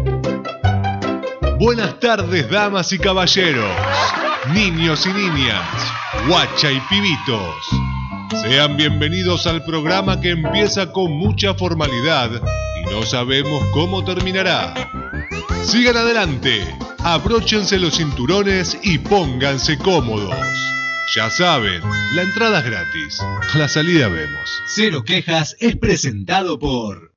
Buenas tardes, damas y caballeros, niños y niñas, guacha y pibitos. Sean bienvenidos al programa que empieza con mucha formalidad y no sabemos cómo terminará. Sigan adelante, abróchense los cinturones y pónganse cómodos. Ya saben, la entrada es gratis, a la salida vemos. Cero Quejas es presentado por...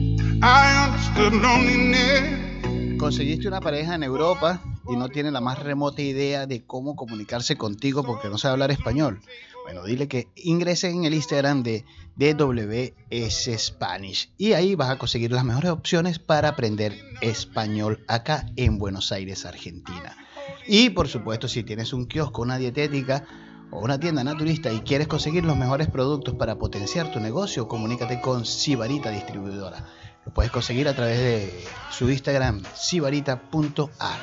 Conseguiste una pareja en Europa y no tiene la más remota idea de cómo comunicarse contigo porque no sabe hablar español. Bueno, dile que ingrese en el Instagram de DWS Spanish y ahí vas a conseguir las mejores opciones para aprender español acá en Buenos Aires, Argentina. Y por supuesto, si tienes un kiosco, una dietética o una tienda naturista y quieres conseguir los mejores productos para potenciar tu negocio, comunícate con Sibarita Distribuidora. Lo puedes conseguir a través de su Instagram, sibarita.ar.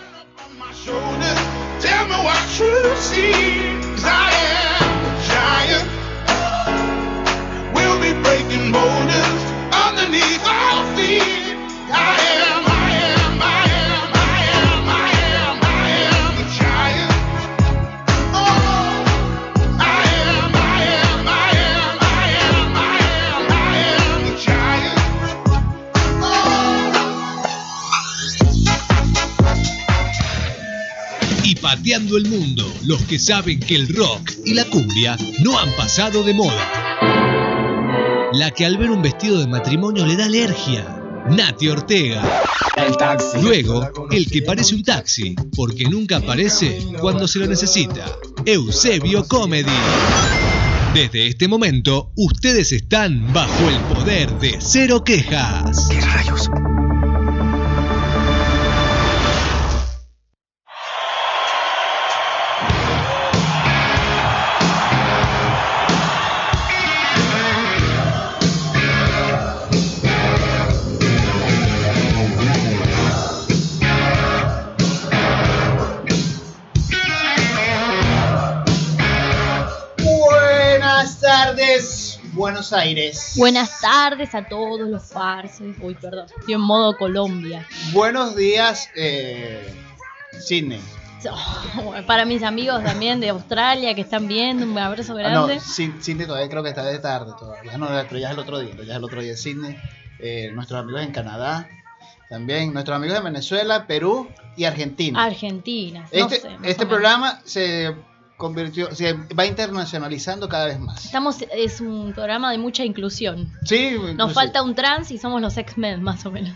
Pateando el mundo, los que saben que el rock y la cumbia no han pasado de moda. La que al ver un vestido de matrimonio le da alergia, Nati Ortega. El taxi. Luego, el que parece un taxi, porque nunca aparece cuando se lo necesita, Eusebio Comedy. Desde este momento, ustedes están bajo el poder de Cero Quejas. ¿Qué rayos? Buenos Aires. Buenas tardes a todos los parces. Uy, perdón, estoy en modo Colombia. Buenos días, Sydney. Para mis amigos también de Australia que están viendo, un abrazo grande. No, Sydney todavía creo que está de tarde todavía. No, pero ya es el otro día. Ya es el otro día Sydney. Nuestros amigos en Canadá. También nuestros amigos de Venezuela, Perú y Argentina. Argentina. Este programa se va internacionalizando cada vez más. Es un programa de mucha inclusión. Sí, nos falta un trans y somos los X-Men, más o menos.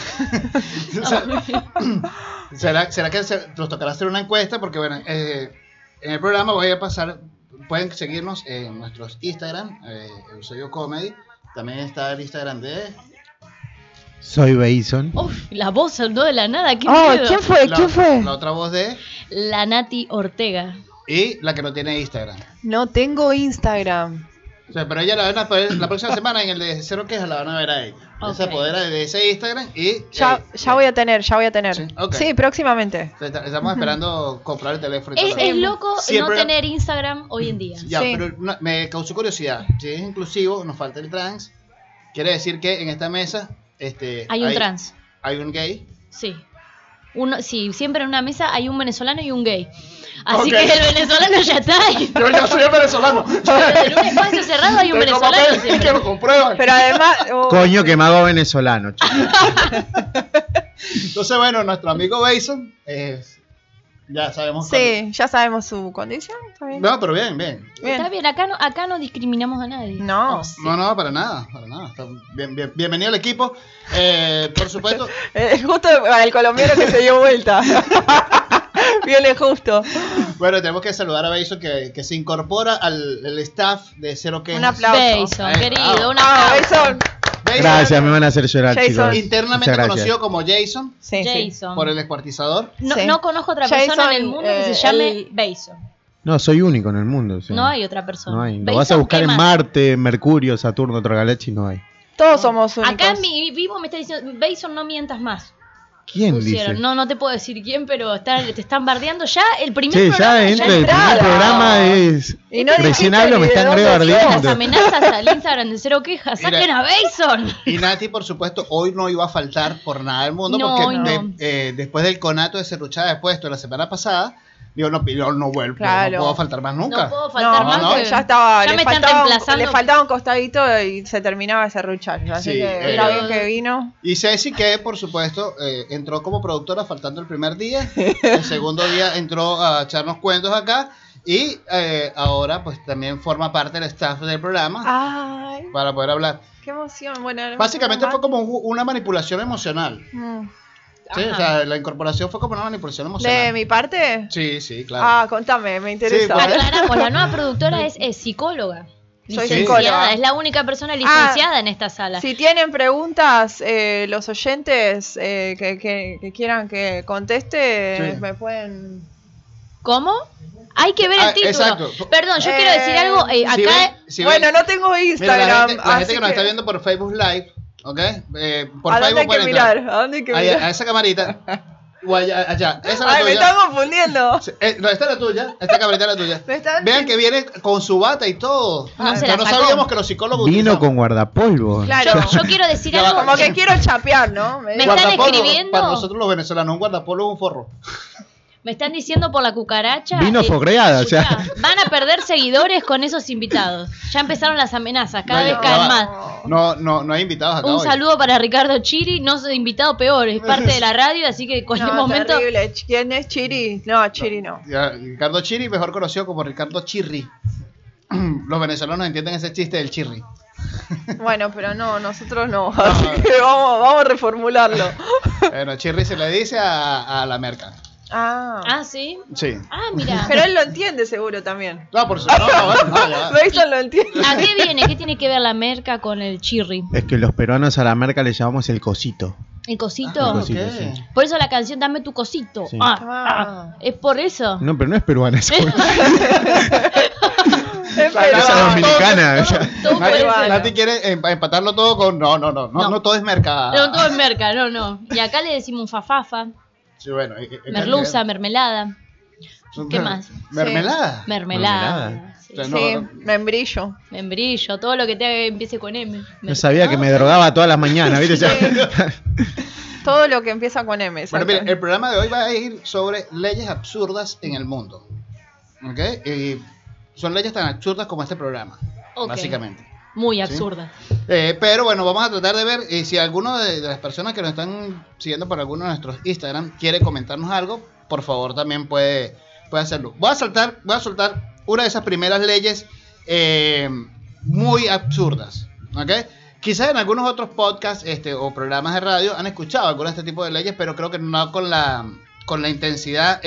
¿Será que nos tocará hacer una encuesta? Porque bueno, en el programa voy a pasar, pueden seguirnos en nuestros Instagram, Eusebio Comedy. También está el Instagram de... Soy Bason. Uf, la voz saltó de la nada. ¿Qué miedo? ¿Quién fue? La otra voz de... La Nati Ortega. Y la que no tiene Instagram. No tengo Instagram. O sea, pero ella la van a poder, la próxima semana en el de Cero Quejas la van a ver a ella. Okay. Se apodera de ese Instagram y... Ya voy a tener. Sí, okay. Sí, próximamente. Estamos esperando comprar el teléfono. Es loco siempre no tener Instagram hoy en día. Ya, sí. Pero me causó curiosidad. Si es inclusivo, nos falta el trans. Quiere decir que en esta mesa... hay un trans. Hay un gay. Sí. Sí, siempre en una mesa hay un venezolano y un gay. Así que el venezolano ya está ahí. Yo ya soy venezolano. En un espacio cerrado hay un venezolano. Que lo comprueban. Pero además... Coño, que me hago venezolano, chico. Entonces, bueno, nuestro amigo Bason ya sabemos. Sí, ya sabemos su condición. ¿Está bien? No, pero bien. Está bien, acá no discriminamos a nadie. No. No, para nada. Está bienvenido al equipo. Por supuesto. Justo para el colombiano que se dio vuelta. Viene justo. Bueno, tenemos que saludar a Bason que se incorpora al staff de Cero Quejas. Un aplauso. Bason, querido, un aplauso. Bason. Gracias, me van a hacer llorar, Jason. chicos. Internamente conocido como Jason. Sí. Jason. Por el descuartizador. No conozco otra persona en el mundo que se llame Bason. No, soy único en el mundo. O sea, no hay otra persona. No hay. Lo vas a buscar en Marte, Mercurio, Saturno, otra galaxia y no hay. Todos somos únicos. Acá en mi vivo me está diciendo, Bason, no mientas más. ¿Quién pusieron. dice? No te puedo decir quién, pero te están bardeando ya el primer Sí, programa. ya entra el primer programa es... Y no Recién dijiste hablo, ni me de están dónde Las rebardeando. amenazas al Instagram de Cero Quejas. Mira. ¡Saquen a Bason! Y Nati, por supuesto, hoy no iba a faltar por nada del mundo, No, porque hoy no. después del conato de serruchada de puesto la semana pasada, yo no vuelvo, Claro. no puedo faltar más nunca. No puedo faltar No, más. no, porque ya estaba. Ya le me están faltaba reemplazando. le faltaba un costadito y se terminaba de serruchar. Así Sí, que está pero- bien que vino. Y Ceci, que por supuesto entró como productora faltando el primer día, el segundo día entró a echarnos cuentos acá y ahora pues también forma parte del staff del programa Ay, para poder hablar. qué emoción. Bueno, Básicamente fue como una manipulación emocional. Sí, Ajá. o sea, la incorporación fue como una manipulación emocional. ¿De mi parte? Sí, claro. Ah, contame, me interesa. Sí, porque- Aclaramos, la nueva productora es psicóloga. Soy Licenciada, psicóloga. es la única persona licenciada en esta sala. Si tienen preguntas, los oyentes que quieran que conteste, Sí. me pueden... ¿Cómo? Hay que ver el título. exacto. Perdón, yo quiero decir algo. Si Acá ven- si bueno, ven- no tengo mira, Instagram. la gente así que nos está viendo por Facebook Live, ¿ok? Por ¿A dónde Facebook hay que pueden mirar? entrar. ¿A dónde hay que Allá, mirar? a esa camarita. O allá. Esa es la Ay, me tuya. están confundiendo. No, esta es la tuya. Esta camarita es la tuya. Me están- Vean que viene con su bata y todo. No se Ya la no sacó. sabíamos que los psicólogos Vino utilizamos. con guardapolvo. Claro. yo quiero decir Ya va, algo. Como que quiero chapear, ¿no? Me están Guardapolvo, escribiendo. para nosotros los venezolanos, un guardapolvo es un forro. Me están diciendo por la cucaracha. Vino fogreada, o sea. escuchá, van a perder seguidores con esos invitados. Ya empezaron las amenazas, cada No, vez ya caen va. más. No hay invitados acá Un hoy. saludo para Ricardo Chiri, no soy invitado peor, es parte de la radio, así que en cualquier No, momento. terrible. ¿Quién es Chiri? No, Chiri no. Ya, Ricardo Chiri, mejor conocido como Ricardo Chirri. Los venezolanos entienden ese chiste del chirri. Bueno, pero no, nosotros no. Así que vamos a reformularlo. Bueno, chirri se le dice a la merca. Ah. Ah, sí. Sí. Ah, mira. Pero él lo entiende seguro también. No, por supuesto. No, ya. Mason lo entiende. ¿A qué viene? ¿Qué tiene que ver la merca con el chirri? Es que los peruanos a la merca le llamamos el cosito. ¿El cosito? El cosito, ok. sí. Por eso la canción Dame tu cosito. Sí. ¿Es por eso? No, pero no es peruana, es Es La- la- esa la- dominicana. Todo puede Nati, ser. Nati quiere empatarlo todo con. No todo es merca. No, todo es merca, no. Y acá le decimos fafafa, Sí, bueno. merluza, mermelada. ¿Qué más? ¿Mermelada? Mermelada. Sí. O sea, Sí, no. membrillo. Membrillo, todo lo que te empiece con M. No sabía que me drogaba todas las mañanas, ¿viste? Todo lo que empieza con M. Bueno, exacto. mire, el programa de hoy va a ir sobre leyes absurdas en el mundo. ¿Ok? Y son leyes tan absurdas como este programa. Ok. Básicamente. Muy absurda. Pero bueno, vamos a tratar de ver si alguno de las personas que nos están siguiendo por alguno de nuestros Instagram quiere comentarnos algo, por favor también puede hacerlo. Voy a soltar una de esas primeras leyes muy absurdas. ¿Ok? Quizás en algunos otros podcasts o programas de radio han escuchado algunos de este tipo de leyes, pero creo que no con la intensidad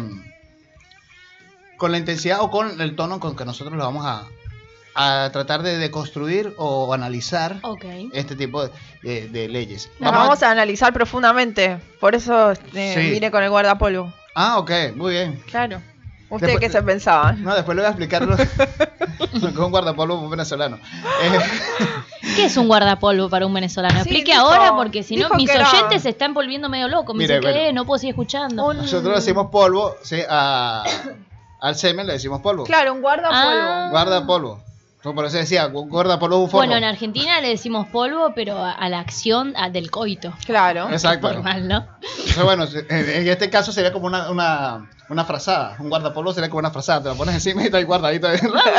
o con el tono con que nosotros lo vamos a tratar de deconstruir o analizar Ok. este tipo de leyes. Las vamos a analizar profundamente. Por eso vine con el guardapolvo. Ah, ok, muy bien. Claro. ¿Usted Después- qué se pensaba? No, después le voy a explicar lo que es un guardapolvo venezolano. ¿Qué es un guardapolvo para un venezolano? Sí, Explique dijo- ahora porque si no dijo mis que era- oyentes se están volviendo medio locos. Me Mire, dicen que bueno. no puedo seguir escuchando. Nosotros le decimos polvo, ¿sí? Al semen le decimos polvo. Claro, un guardapolvo. Ah. Guardapolvo. Por eso decía, un guardapolvo es un forro. Bueno, en Argentina le decimos polvo, pero a la acción del coito. Claro. Exacto. Formal, ¿no? Entonces, bueno, en este caso sería como una frazada. Un guardapolvo sería como una frazada. Te lo pones encima y está ahí guardadito.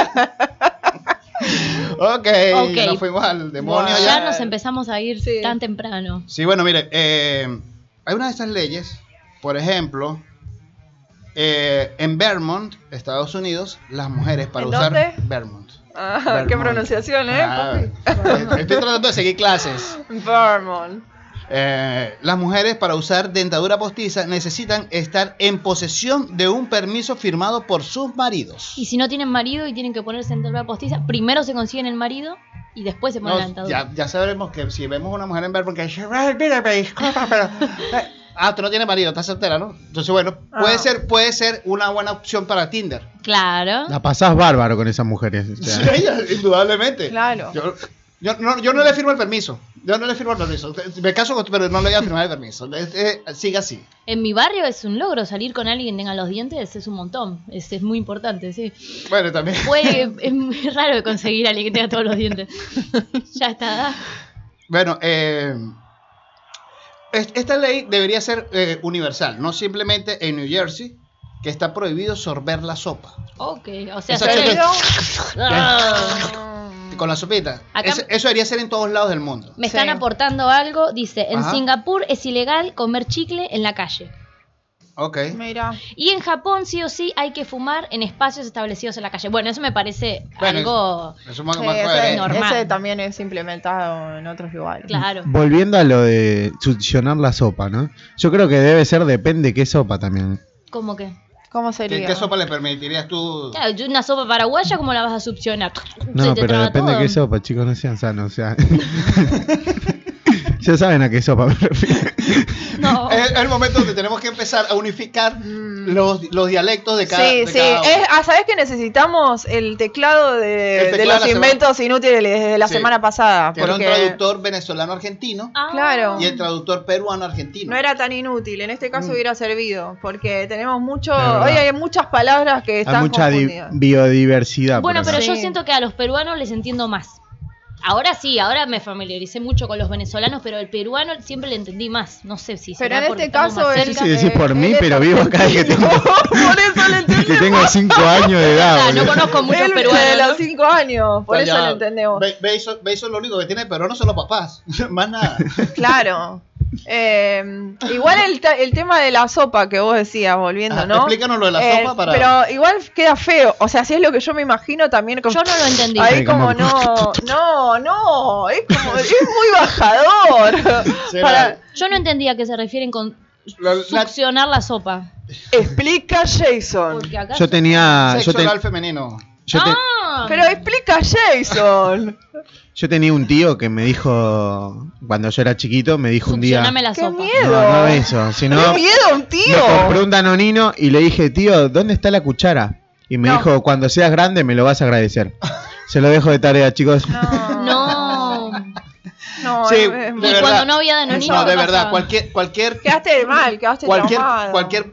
Ok, nos fuimos al demonio Bueno. Ya ya. nos empezamos a ir Sí. tan temprano. Sí, bueno, mire, hay una de estas leyes, por ejemplo, en Vermont, Estados Unidos, las mujeres para ¿En usar dónde? Vermont. Ah, Vermont. qué pronunciación, Estoy tratando de seguir clases. papi? Vermont. Las mujeres para usar dentadura postiza necesitan estar en posesión de un permiso firmado por sus maridos. Y si no tienen marido y tienen que ponerse en dentadura postiza, primero se consiguen el marido y después se ponen la No, dentadura. ya sabremos que si vemos una mujer en Vermont que dice, "Ay, mira, me disculpa, pero tú no tienes marido, estás soltera, ¿no?" Entonces, bueno, puede ser una buena opción para Tinder. Claro. La pasás bárbaro con esas mujeres. O sea. Sí, indudablemente. Claro. Yo Yo no le firmo el permiso. Me caso, pero no le voy a firmar el permiso. Siga así. En mi barrio es un logro salir con alguien que tenga los dientes, es un montón. Es muy importante, sí. Bueno, también. Es muy raro de conseguir a alguien que tenga todos los dientes. Ya está. Bueno, esta ley debería ser universal, no simplemente en New Jersey, que está prohibido sorber la sopa. Ok, o sea, Esa con la sopita. Acá- Eso debería ser en todos lados del mundo. me están Sí. aportando algo. Dice, en Ajá. Singapur es ilegal comer chicle en la calle. Ok. Mira. Y en Japón sí o sí hay que fumar en espacios establecidos en la calle. Bueno, eso me parece Bueno, algo... Eso es más Sí, coherente. normal. ese también es implementado en otros lugares. Claro. Volviendo a lo de succionar la sopa, ¿no? Yo creo que debe ser, depende qué sopa también. ¿Cómo que? ¿Cómo sería? ¿Qué sopa le permitirías tú? Claro, una sopa paraguaya, ¿cómo la vas a succionar? No, Se te pero traba depende todo. de qué sopa, chicos, no sean sanos, o sea. Ya saben a qué sopa me refiero. No. Es el momento donde tenemos que empezar a unificar los dialectos de cada Sí, de sí. cada uno. ¿Sabés que necesitamos el teclado de, El teclado de los de la inventos inútiles de la Sí. semana pasada? Que era un Porque traductor venezolano-argentino Ah. Claro. y el traductor peruano-argentino. no era tan inútil. En este caso hubiera servido. Porque tenemos mucho. Es verdad. Hoy hay muchas palabras que Hay están mucha confundidas. biodiversidad. Bueno, por pero acá. yo Sí. siento que a los peruanos les entiendo más. Ahora sí, ahora me familiaricé mucho con los venezolanos, pero el peruano siempre le entendí más. No sé si Pero será en porque este estamos caso más es- No cerca. sé si decís por mí, él es pero vivo acá desde que tengo, Por eso le entendemos. que tengo 5 años de edad. Ah, no boludo. conozco muchos Él peruanos. de ¿no? los 5 años. Por Vaya, eso lo entendemos. Beyson lo único que tiene peruano son los papás. Más nada. Claro. Igual el tema de la sopa que vos decías, volviendo, Ah, ¿no? explícanos lo de la sopa para. Pero igual queda feo. O sea, si es lo que yo me imagino también. Como, Yo no lo entendí. ahí Ay, como como- no. Es como. Es muy bajador. Será- Para- Yo no entendía a qué se refieren con la- succionar la sopa. explica Jason. Porque acá Yo tenía. sexo oral femenino. Ah, Pero explica Jason. Yo tenía un tío que me dijo, cuando yo era chiquito, me dijo un día. succioname la ¡Qué sopa. miedo! No, no eso, sino. ¡Qué miedo, un Me tío! compré un danonino y le dije, tío, ¿dónde está la cuchara? Y me No. dijo, cuando seas grande me lo vas a agradecer. Se lo dejo de tarea, chicos. No. No, Sí, es- de Y verdad. cuando no había danonino, No, de ¿qué verdad, pasaba? cualquier Quedaste mal, quedaste traumado. cualquier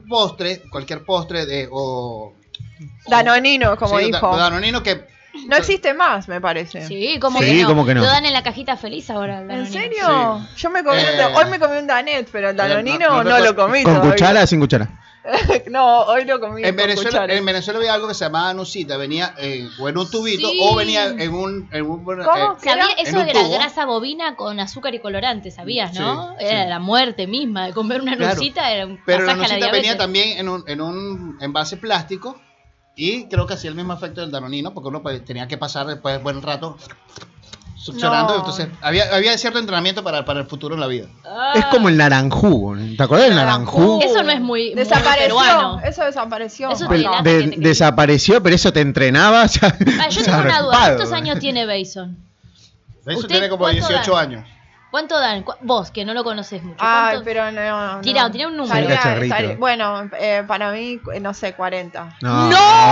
postre de o Danonino, como sí, dijo. danonino que No existe más, me parece. Sí, ¿cómo Sí, que no? ¿cómo que no? Lo dan en la cajita feliz ahora. el ¿En danonino. serio? Sí. Yo me comí hoy me comí un Danet, pero el Danonino no no, recuerdo. lo comí ¿Con todavía. cuchara o sin cuchara? No, hoy lo comí en con Venezuela, cuchara. en Venezuela había algo que se llamaba nucita, venía o en un tubito Sí. o venía en un ¿Cómo? ¿Sabía? En Eso un era tubo. grasa bovina con azúcar y colorante, ¿sabías, no? Sí, Era sí. la muerte misma de comer una Claro. nucita, era un pero la pasaje a la nucita diabetes. venía también en un envase plástico y creo que hacía el mismo efecto del danonino porque uno pues, tenía que pasar después buen rato succionando, No. entonces había cierto entrenamiento para el futuro en la vida. Ah. Es como el naranjú. ¿Te acordás del naranjú? Eso no es muy Desapareció. peruano. Eso desapareció. Eso Pe- te lata de- que te- desapareció, pero eso te entrenaba. O sea, Ah, yo tengo una duda. zarpado. ¿Cuántos años tiene Bason? Eso ¿Usted tiene como cuánto 18 dan? años. ¿Cuánto dan? Vos, que no lo conoces mucho. Ay, ¿cuánto? pero no. Tira un número. Sí, cacharrito. Bueno, para mí, no sé, 40. No.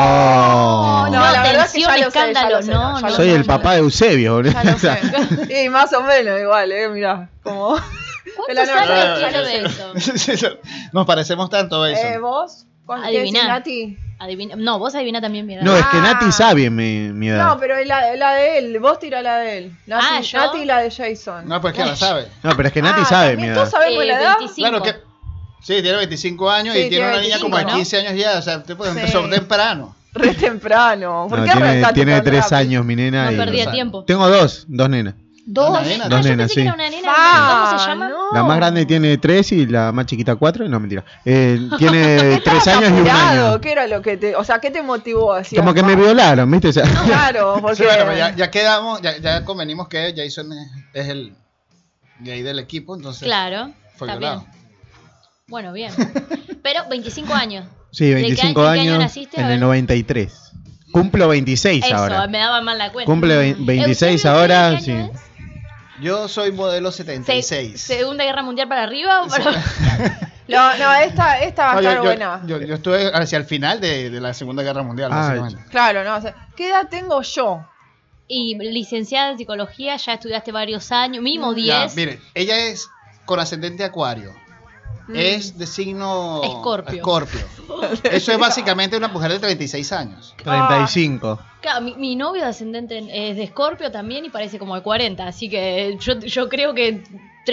No, No, la verdad es que tensión, ya lo sé, escándalo. ya lo sé, No, ya lo Soy sé, el ya papá de Eusebio, boludo. Ya lo sé. Y más o menos igual, mira. Como... ¿Cuántos La verdad, años ya tiene lo sé. Bason? Nos parecemos tanto eso. ¿Vos? ¿Cuánto Adiviná. decís, Nati? Adivina. No, vos adivina también mi edad. No, es que Ah. Nati sabe mi edad. No, pero la de él. Vos tira la de él. Nati, Ah, ¿yo? Nati la de Jason. No, pues que la sabe. No, pero es que Nati sabe mi ¿también edad. ¿Todos sabemos la edad? 25. Claro que sí, tiene 25 años Sí, y tiene una niña 25, como de ¿no? 15 años ya, o sea, te puedes Sí. empezar temprano. Re temprano. ¿Por No, qué tiene arrancaste tiene tan 3 rápido? años mi nena. No y- perdía sabe. tiempo. Tengo dos nenas. Dos. Una nena. Ah, Dos yo nenas, pensé sí. que era una nena. Ah, ¿Cómo se llama? no. La más grande tiene 3 y la más chiquita 4. No, mentira. Tiene 3 ¿Estabas años y 1 apurado? año. ¿Qué era lo que te... O sea, ¿qué te motivó así? Como que me violaron, ¿viste? O sea, Claro, porque... Sí, bueno, pues ya quedamos, ya convenimos que Jason es el gay del equipo, entonces Claro. fue Está violado. bien. Bueno, bien. Pero 25 años. sí, ¿De 25 qué año años naciste? A en ver. el 93. Cumplo 26 Eso, ahora. me daba mal la cuenta. Cumple 26 Eusebio, ahora, ¿qué sí. año es? Yo soy modelo 76. ¿Segunda Guerra Mundial para arriba o para...? No, esta va a No, estar buena. yo estuve hacia el final de la Segunda Guerra Mundial, Ah, básicamente. Claro, no. O sea, ¿qué edad tengo yo? Y licenciada en psicología, ya estudiaste varios años, mínimo 10. Ya, mire, ella es con ascendente Acuario. Es de signo Escorpio. Eso es básicamente una mujer de 36 años. 35. Claro, mi novio de ascendente es de Escorpio también y parece como de 40, así que yo creo que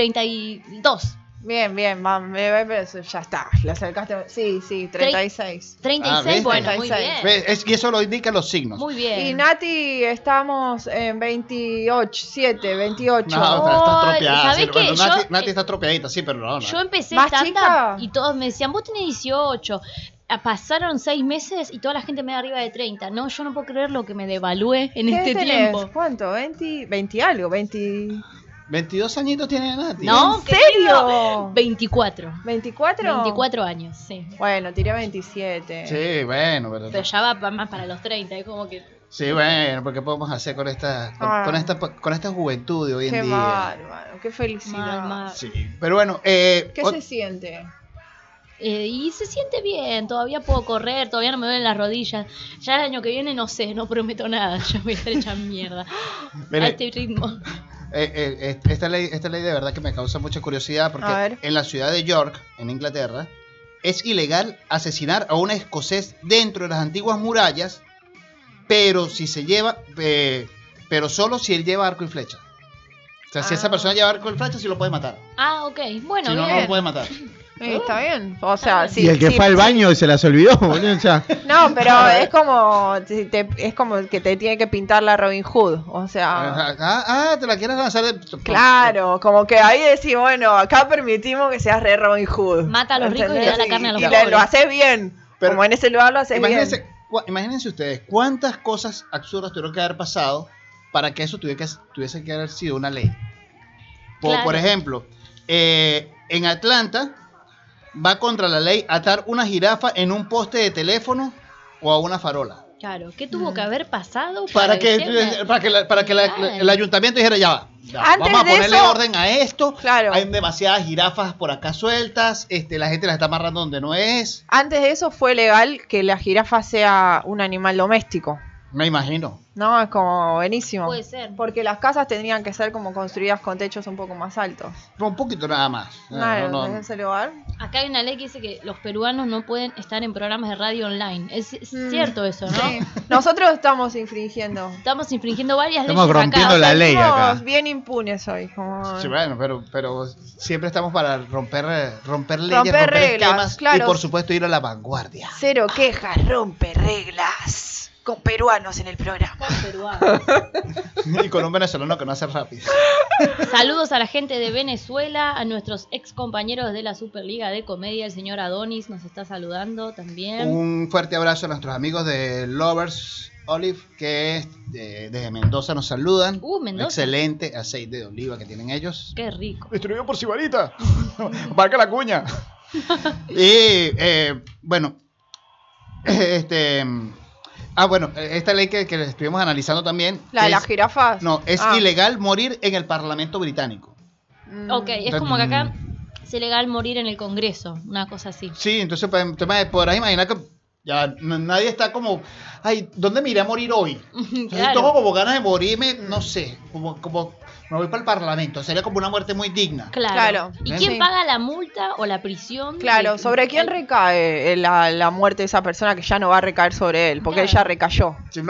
32. Bien, mam, ya está, le acercaste. Sí, 36. 36, bueno, 36. muy bien. Y eso lo indican los signos. Muy bien. Y Nati, estamos en 28. No, pero está tropeada. ¿sabés Sí, qué? bueno, Yo, Nati está tropeadita, sí, pero no. Yo empecé ¿Más stand-up chica? y todos me decían, vos tenés 18. Pasaron 6 meses y toda la gente me da arriba de 30. No, yo no puedo creer lo que me devalué en ¿Qué este tenés? tiempo. ¿Cuánto? ¿20 algo? 22 añitos tiene Nati. No, ¿En serio? 24. ¿24? 24 años, sí. Bueno, tiré 27. Sí, bueno, Pero ya va más para los 30, es como que... Sí, bueno, porque podemos hacer con esta juventud de hoy en Qué día. bárbaro, qué felicidad. Mal. Sí, pero bueno, ¿Qué se siente? Y se siente bien, todavía puedo correr, todavía no me duelen las rodillas. Ya el año que viene no sé, no prometo nada, ya voy a estar hecha mierda Mire, a este ritmo. esta ley de verdad que me causa mucha curiosidad A porque ver. en la ciudad de York, en Inglaterra, es ilegal asesinar a un escocés dentro de las antiguas murallas, pero si se lleva, pero solo si él lleva arco y flecha. O sea, si esa persona lleva arco y flecha, sí lo puede matar. Ah, ok, bueno, Si no, no bien. lo puede matar. Está bien. O sea, sí. Y el que sí, fue al sí. baño y se las olvidó, boludo, ya. No, pero es como es como que te tiene que pintar la Robin Hood. O sea, ¿Te la quieres lanzar de...? claro, como que ahí decís, bueno, acá permitimos que seas re Robin Hood. Mata a los ricos y le da la carne a los y pobres. lo haces bien. Pero como en ese lugar lo haces Imagínense, bien. imagínense ustedes cuántas cosas absurdas tuvieron que haber pasado para que eso tuviese que haber sido una ley. Claro. Por ejemplo, en Atlanta va contra la ley atar una jirafa en un poste de teléfono o a una farola. Claro, ¿qué tuvo que haber pasado Para que Claro. el ayuntamiento dijera, ya Antes vamos a de ponerle eso- orden a esto. Claro. Hay demasiadas jirafas por acá sueltas, la gente las está amarrando donde no es. Antes de eso fue legal que la jirafa sea un animal doméstico. Me imagino. No, es como buenísimo. Puede ser. Porque las casas tendrían que ser como construidas con techos un poco más altos. Un poquito nada más. No, ¿en ese lugar? Acá hay una ley que dice que los peruanos no pueden estar en programas de radio online. Es cierto eso, ¿no? Sí. Nosotros estamos infringiendo. Estamos infringiendo varias Estamos leyes rompiendo acá. la ley Somos acá. bien impunes hoy. Como... Sí, bueno, pero siempre estamos para romper leyes, Romper romper reglas, esquemas claro. y por supuesto ir a la vanguardia. Cero quejas, rompe reglas. Con peruanos en el programa. Peruanos. Y con un venezolano que no hace rápido. Saludos a la gente de Venezuela, a nuestros ex compañeros de la Superliga de Comedia. El señor Adonis nos está saludando también. Un fuerte abrazo a nuestros amigos de Lovers Olive, que es desde Mendoza nos saludan. Mendoza. Excelente aceite de oliva que tienen ellos. Qué rico. Distribuido por Sibarita. Marca la cuña. Y bueno, bueno, esta ley que estuvimos analizando también. ¿La de las jirafas? No, es Ah. ilegal morir en el Parlamento británico. Ok, es como que acá es ilegal morir en el Congreso, una cosa así. Sí, entonces te podrás imaginar que ya nadie está como, ay, ¿dónde me iré a morir hoy? Entonces, Claro. tengo como ganas de morirme, no sé, como me voy para el Parlamento. Sería como una muerte muy digna. Claro. ¿Y Sí. quién paga la multa o la prisión? Claro, ¿sobre quién recae la muerte de esa persona que ya no va a recaer sobre él? Porque él ya recayó. Sí,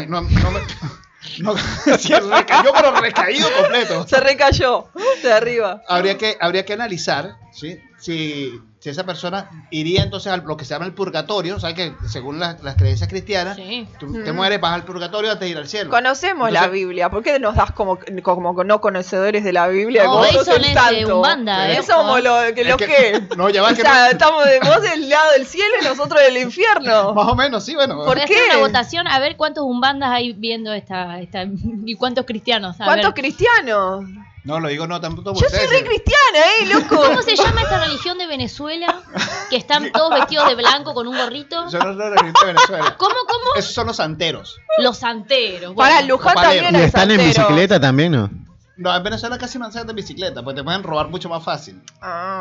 sí, recayó, pero recaído completo. Se recayó de arriba. Habría que analizar, ¿sí? Si esa persona iría entonces a lo que se llama el purgatorio. ¿Sabes que según las creencias cristianas, Sí. tú te mueres, vas al purgatorio antes de ir al cielo? Conocemos la Entonces- Biblia. ¿Por qué nos das como no conocedores de la Biblia? No, Como Jason sos el es de santo. Umbanda, ¿eh? Somos lo Es que... que- no, ya va, O que sea, no- estamos vos del lado del cielo y nosotros del infierno. Más o menos, sí, bueno. ¿Por Voy a qué? hacer una votación a ver cuántos umbandas hay viendo esta y cuántos cristianos. A ¿Cuántos ver. cristianos? No, lo digo no, tampoco Yo soy re cristiana, loco. ¿Cómo se llama esta religión de Venezuela? Que están todos vestidos de blanco con un gorrito. Yo no represento a Venezuela. ¿Cómo? Esos son los santeros. Los santeros. Para Bueno. Luján Copalero. también ¿Y hay están en santeros. bicicleta también, no? No, en Venezuela casi no andan en bicicleta, pues te pueden robar mucho más fácil. Ah.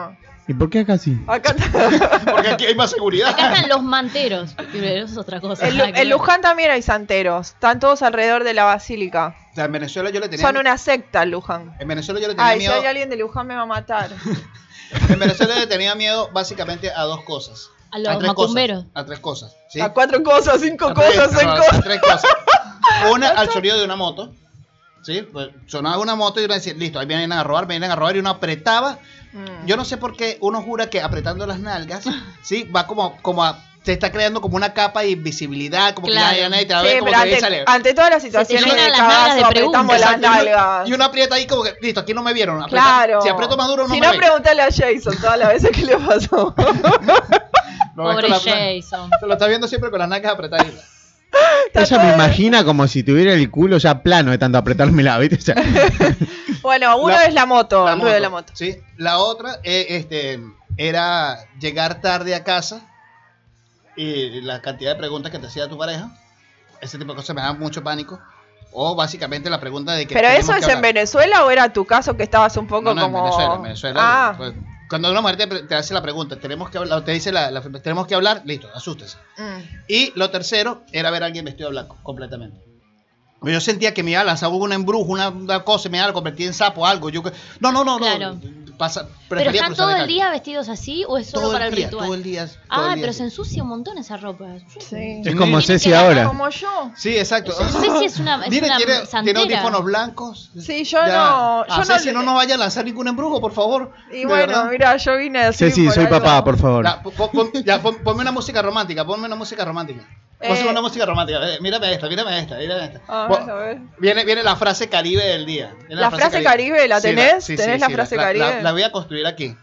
¿Y por qué acá sí? Acá Porque aquí hay más seguridad. Acá están los manteros. Eso es otra cosa. en Luján también hay santeros. Están todos alrededor de la basílica. O sea, en Venezuela yo le tenía... Son una secta en Luján. En Venezuela yo le tenía Ay, miedo... si hay alguien de Luján me va a matar. En Venezuela le tenía miedo básicamente a 2 cosas. A los tres macumberos. Cosas, a 3 cosas. ¿Sí? A 4 cosas, 5 A tres- cosas, 6 no, a cosas. 3 cosas. Una, al sonido de una moto. ¿Sí? Pues sonaba una moto y uno decía, listo, ahí vienen a robar, y uno apretaba. Yo no sé por qué uno jura que apretando las nalgas, ¿sí? Va como a... Se está creando como una capa de invisibilidad, como Claro. que nadie te va a Sí, ver, como pero que ahí sale. ante todas las situaciones llenan de las nalgas cagazo, de apretamos preguntas. las nalgas. Y uno aprieta ahí como que, listo, aquí no me vieron. Aprieta. Claro. Si aprieto más duro, no si me no, ven. pregúntale a Jason todas las veces que le pasó. No, es Pobre con la- Jason. Se lo está viendo siempre con las nalgas apretaditas. Ella me imagina como si tuviera el culo ya plano de tanto apretármela, ¿viste? O sea, Bueno, uno es la moto, el ruido de la moto. Sí. La otra era llegar tarde a casa y la cantidad de preguntas que te hacía tu pareja. Ese tipo de cosas me daban mucho pánico. O básicamente la pregunta de que... ¿Pero tenemos eso que es en hablar. Venezuela o era tu caso que estabas un poco No, como... en Venezuela. Ah, Pues, cuando una mujer te hace la pregunta, tenemos que hablar, te dice tenemos que hablar, listo, asústese. Y lo tercero era ver a alguien vestido de blanco, completamente. Yo sentía que me iba a lanzar un embrujo, una cosa, me iba a convertir en sapo, algo. Yo, no. Claro. Pasa, ¿Pero prefería están cruzar todo la el calle. día vestidos así o es solo Todo para el el día, ritual? todo el día. Pero se ensucia un montón esa ropa. sí. es como Tiene Ceci que ahora. Como yo. Sí, exacto. Ceci es una Tiene santera. audífonos blancos. Sí, yo no- yo no Si le- no nos vaya a lanzar ningún embrujo, por favor. Y De bueno, verdad. mira, yo vine así Ceci, por soy algo. papá, por favor. Ponme una música romántica, ponme una música romántica. Ponme una música romántica. Mírame esta. A ver. Viene la frase Caribe del día. Viene ¿La frase Caribe la Sí, tenés? ¿Tenés la frase Caribe? La voy a construir aquí.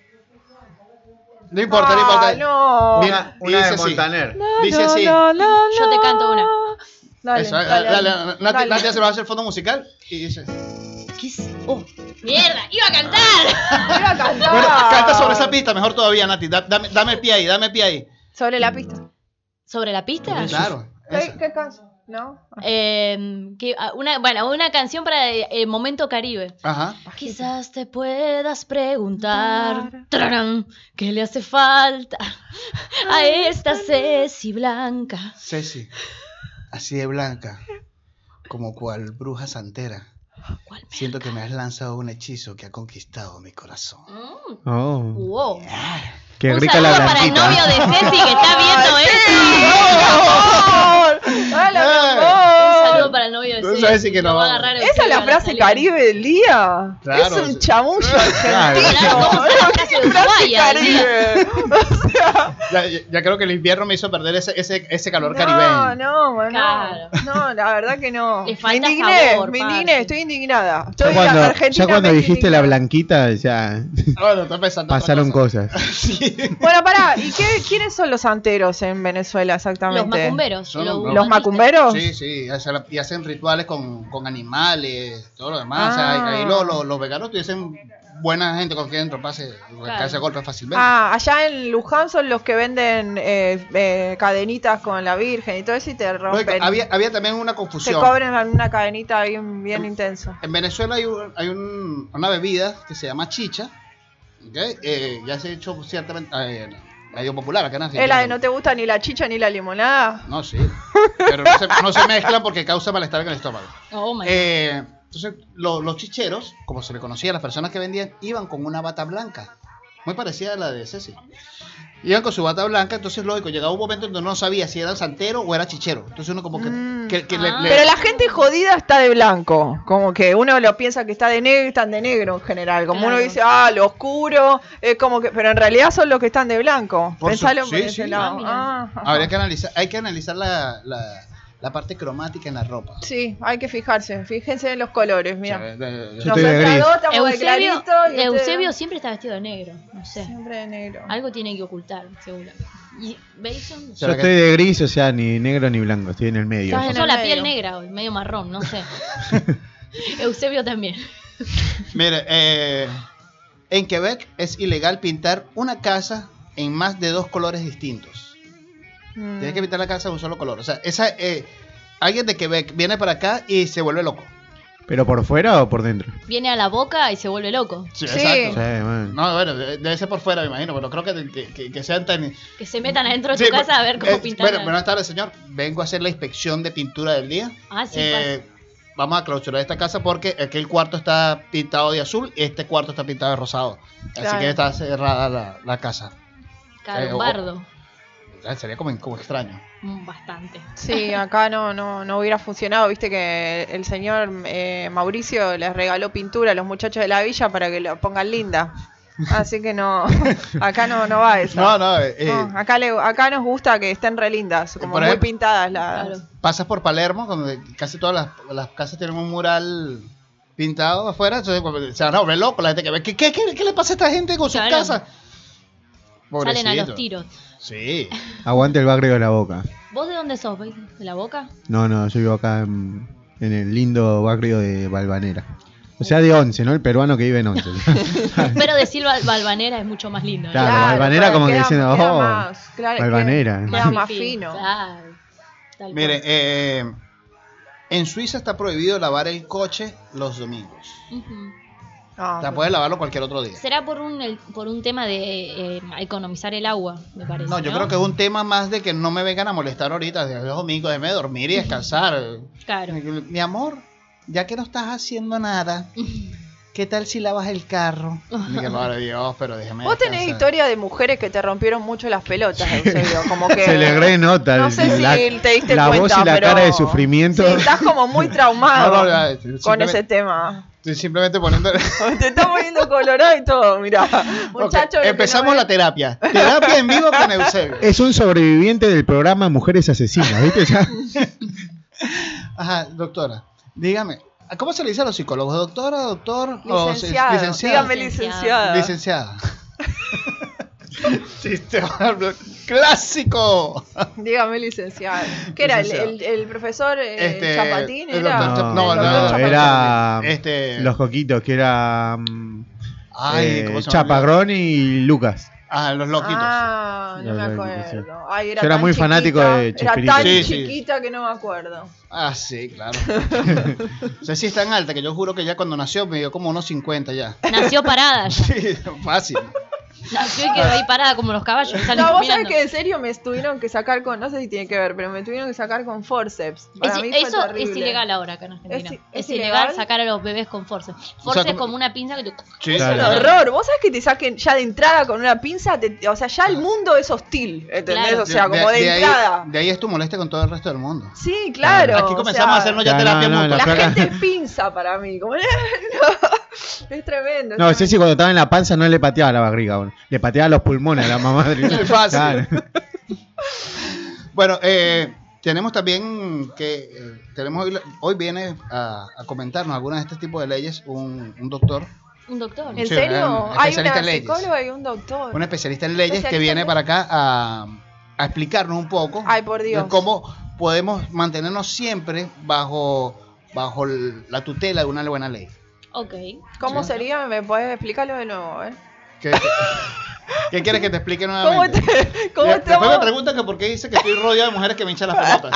No importa, no importa. No. Mira, Una dice de así. Montaner. Dice así. Yo te canto una. Dale, Eso, dale. Nati se va a hacer fondo musical y dice. ¿Qué es? ¡Oh! ¡Mierda! ¡Iba a cantar! Iba a cantar. Bueno, canta sobre esa pista, mejor todavía, Nati. Dame el pie ahí. Sobre la pista. ¿Sobre la pista? Claro. ¿Qué canción? ¿No? Una canción para el momento Caribe. Ajá. Quizás te puedas preguntar ¡tarán! ¿Qué le hace falta a esta Ceci Blanca? Ceci, así de blanca, como cual bruja santera. ¿Cuál me- Siento que me has lanzado un hechizo que ha conquistado mi corazón. Oh, Wow. qué Un rica la saludo para el blanquita. novio de Ceci que está viendo esto. ¡Dale, mi Un amor! saludo para el novio de Tú Ceci. sabes que Lo no. va a agarrar Esa es Eusebio la a frase salida. Caribe del día. Claro, Es un sí. chamullo Claro, argentino. ¿cómo se la frase de Ushuaia? Caribe. O sea, Ya creo que el invierno me hizo perder ese calor caribeño. No, Claro. no, la verdad que no. Le Me falta indigné, sabor, Parce. estoy indignada. Ya Estoy cuando, argentinamente dijiste la indignada. blanquita, ya Bueno, está pensando otra pasaron cosa. cosas. Sí. Bueno, pará, ¿y quiénes son los santeros en Venezuela exactamente? Los macumberos. Son los los ¿Los umbandistas. macumberos? Sí, y hacen rituales con animales, todo lo demás. O sea, ahí los veganos dicen buena gente con quien entro pase, que hace golpes fácilmente. Ah, allá en Luján son los que venden cadenitas con la Virgen y todo eso y te rompen. Había también una te confusión. cobran una cadenita bien intenso. En Venezuela hay una bebida que se llama chicha, ¿okay? Ya se ha hecho ciertamente medio popular acá en Argentina. ¿Es la de no te gusta ni la chicha ni la limonada? No, sí. Pero no se mezclan porque causa malestar en el estómago. Oh my God. Entonces, los chicheros, como se le conocía a las personas que vendían, iban con una bata blanca, muy parecida a la de Ceci. Iban con su bata blanca, entonces lógico, llegaba un momento en donde no sabía si era santero o era chichero. Entonces uno como que Pero la gente jodida está de blanco. Como que uno lo piensa que está de negro, están de negro en general. Como Claro. uno dice, lo oscuro, es como que, pero en realidad son los que están de blanco. Por Pensalo su- por sí, ese sí. lado. mira. Habría que analizar, hay que analizar la parte cromática en la ropa. Sí, hay que fijarse. Fíjense en los colores, mira. O sea, Yo Los estoy de gris. mercados estamos de Eusebio, clarito y Eusebio ustedes- siempre está vestido de negro. No sé. siempre de negro. Algo tiene que ocultar, seguro. ¿Y Bason? Yo ¿Será que- estoy de gris, o sea, ni negro ni blanco, estoy en el medio. Estás en Puso el la medio. piel negra hoy, medio marrón, no sé. Eusebio también. Mire, en Quebec es ilegal pintar una casa en más de 2 colores distintos. Tienes que pintar la casa de un solo color. O sea, alguien de Quebec viene para acá y se vuelve loco. ¿Pero por fuera o por dentro? Viene a la boca y se vuelve loco. Sí, Sí. exacto. Sí, bueno. No, bueno, debe ser por fuera, me imagino, pero creo que sean tan... Que se metan adentro de tu Sí, casa a ver cómo pintar. Bueno, buenas tardes, señor. Vengo a hacer la inspección de pintura del día. Ah, sí, Vamos a clausurar esta casa porque aquel cuarto está pintado de azul y este cuarto está pintado de rosado. Así Claro. que está cerrada la casa. Carumbardo. Sería como extraño. Bastante. Sí, acá no hubiera funcionado. Viste que el señor Mauricio les regaló pintura a los muchachos de la villa para que lo pongan linda. Así que no, acá no va eso. No, Acá nos gusta que estén re lindas, como por muy ejemplo, pintadas las. Claro. pasas por Palermo, donde casi todas las casas tienen un mural pintado afuera. Entonces se van a volver locos la gente que ve. ¿Qué le pasa a esta gente con sus Claro. casas? Salen a los Pobrecito. tiros. Sí. Aguante el barrio de La Boca. ¿Vos de dónde sos? ¿De la Boca? No, yo vivo acá en el lindo barrio de Valvanera. O sea, de Once, ¿no? El peruano que vive en Once. Pero decir Valvanera es mucho más lindo. ¿no? Claro, Valvanera como que queda- diciendo, queda oh, más, claro, Valvanera. Queda más fino. Claro. Tal Mire, en Suiza está prohibido lavar el coche los domingos. cual. Ujú. Ah, O sea, puedes lavarlo cualquier otro día. Será por un tema de economizar el agua, me parece. No, yo creo que es un tema más de que no me vengan a molestar ahorita. Los domingos, déjame dormir y descansar. Claro. Mi amor, ya que no estás haciendo nada, ¿qué tal si lavas el carro? Dije, madre de Dios, pero déjame Vos tenés descansar. historia de mujeres que te rompieron mucho las pelotas, Eusebio, como que Se le renota no sé si te diste la cuenta, voz y la pero cara de sufrimiento. sí, estás como muy traumado No, con simplemente- ese tema. Estoy simplemente poniendo... Te está poniendo colorado y todo, mirá. Muchacho, Ok, empezamos la terapia. Terapia en vivo con Eusebio. Es un sobreviviente del programa Mujeres Asesinas, ¿viste? Ya. Ajá, doctora, dígame, ¿cómo se le dice a los psicólogos? ¿Doctora, doctor? o Licenciado, licenciada? dígame licenciada. Licenciada. Sistema clásico. Dígame licenciado. ¿Qué era? ¿El profesor Chapatín? el Era? doctor No, el doctor no, Chapatín. era los coquitos, que era Ay, ¿cómo se llama? Chaparrón y Lucas. Ah, los loquitos. Ah, no me Los acuerdo. Ay, Yo era tan muy fanático de Era Chespirito. tan Sí, sí. chiquita que no me acuerdo. Ah, sí, claro. O sea, sí es tan alta que yo juro que ya cuando nació me dio como unos 50 ya. Nació parada ya. Sí, fácil. Nació y quedó ahí parada como los caballos. Salen No, vos sabés caminando. que en serio me tuvieron que sacar con, no sé si tiene que ver, pero me tuvieron que sacar con forceps. Para mí fue Eso terrible. es ilegal ahora acá en Argentina. ¿Es Es ilegal ilegal? sacar a los bebés con forceps. Forceps es como una pinza que tú... Sí, Es un Claro. horror. Vos sabés que te saquen ya de entrada con una pinza, o sea, ya el mundo es hostil, ¿entendés? Claro. O sea, como de entrada. De ahí es tu molestia con todo el resto del mundo. Sí, claro. Aquí o comenzamos sea, a hacernos ya Claro, terapia no, mutua. La flaca- gente es pinza para mí. Como, es tremendo. No, es Ceci cuando estaba en la panza no le pateaba la barriga, bueno, le pateaba los pulmones a la mamá. Es fácil. Claro. Bueno, tenemos también que hoy viene a comentarnos algunas de este tipo de leyes un doctor, Un doctor. ¿En Sí, serio? un Hay especialista una en leyes. psicóloga y un doctor. un especialista en leyes que Especialista viene en para acá a explicarnos un poco Ay, por Dios. de cómo podemos mantenernos siempre bajo la tutela de una buena ley. Ok. ¿Cómo Sí. sería? ¿Me puedes explicarlo de nuevo? ¿Qué quieres que te explique ¿Cómo nuevamente? cómo Después me estamos? preguntan que por qué dice que estoy rodeado de mujeres que me hinchan las pelotas.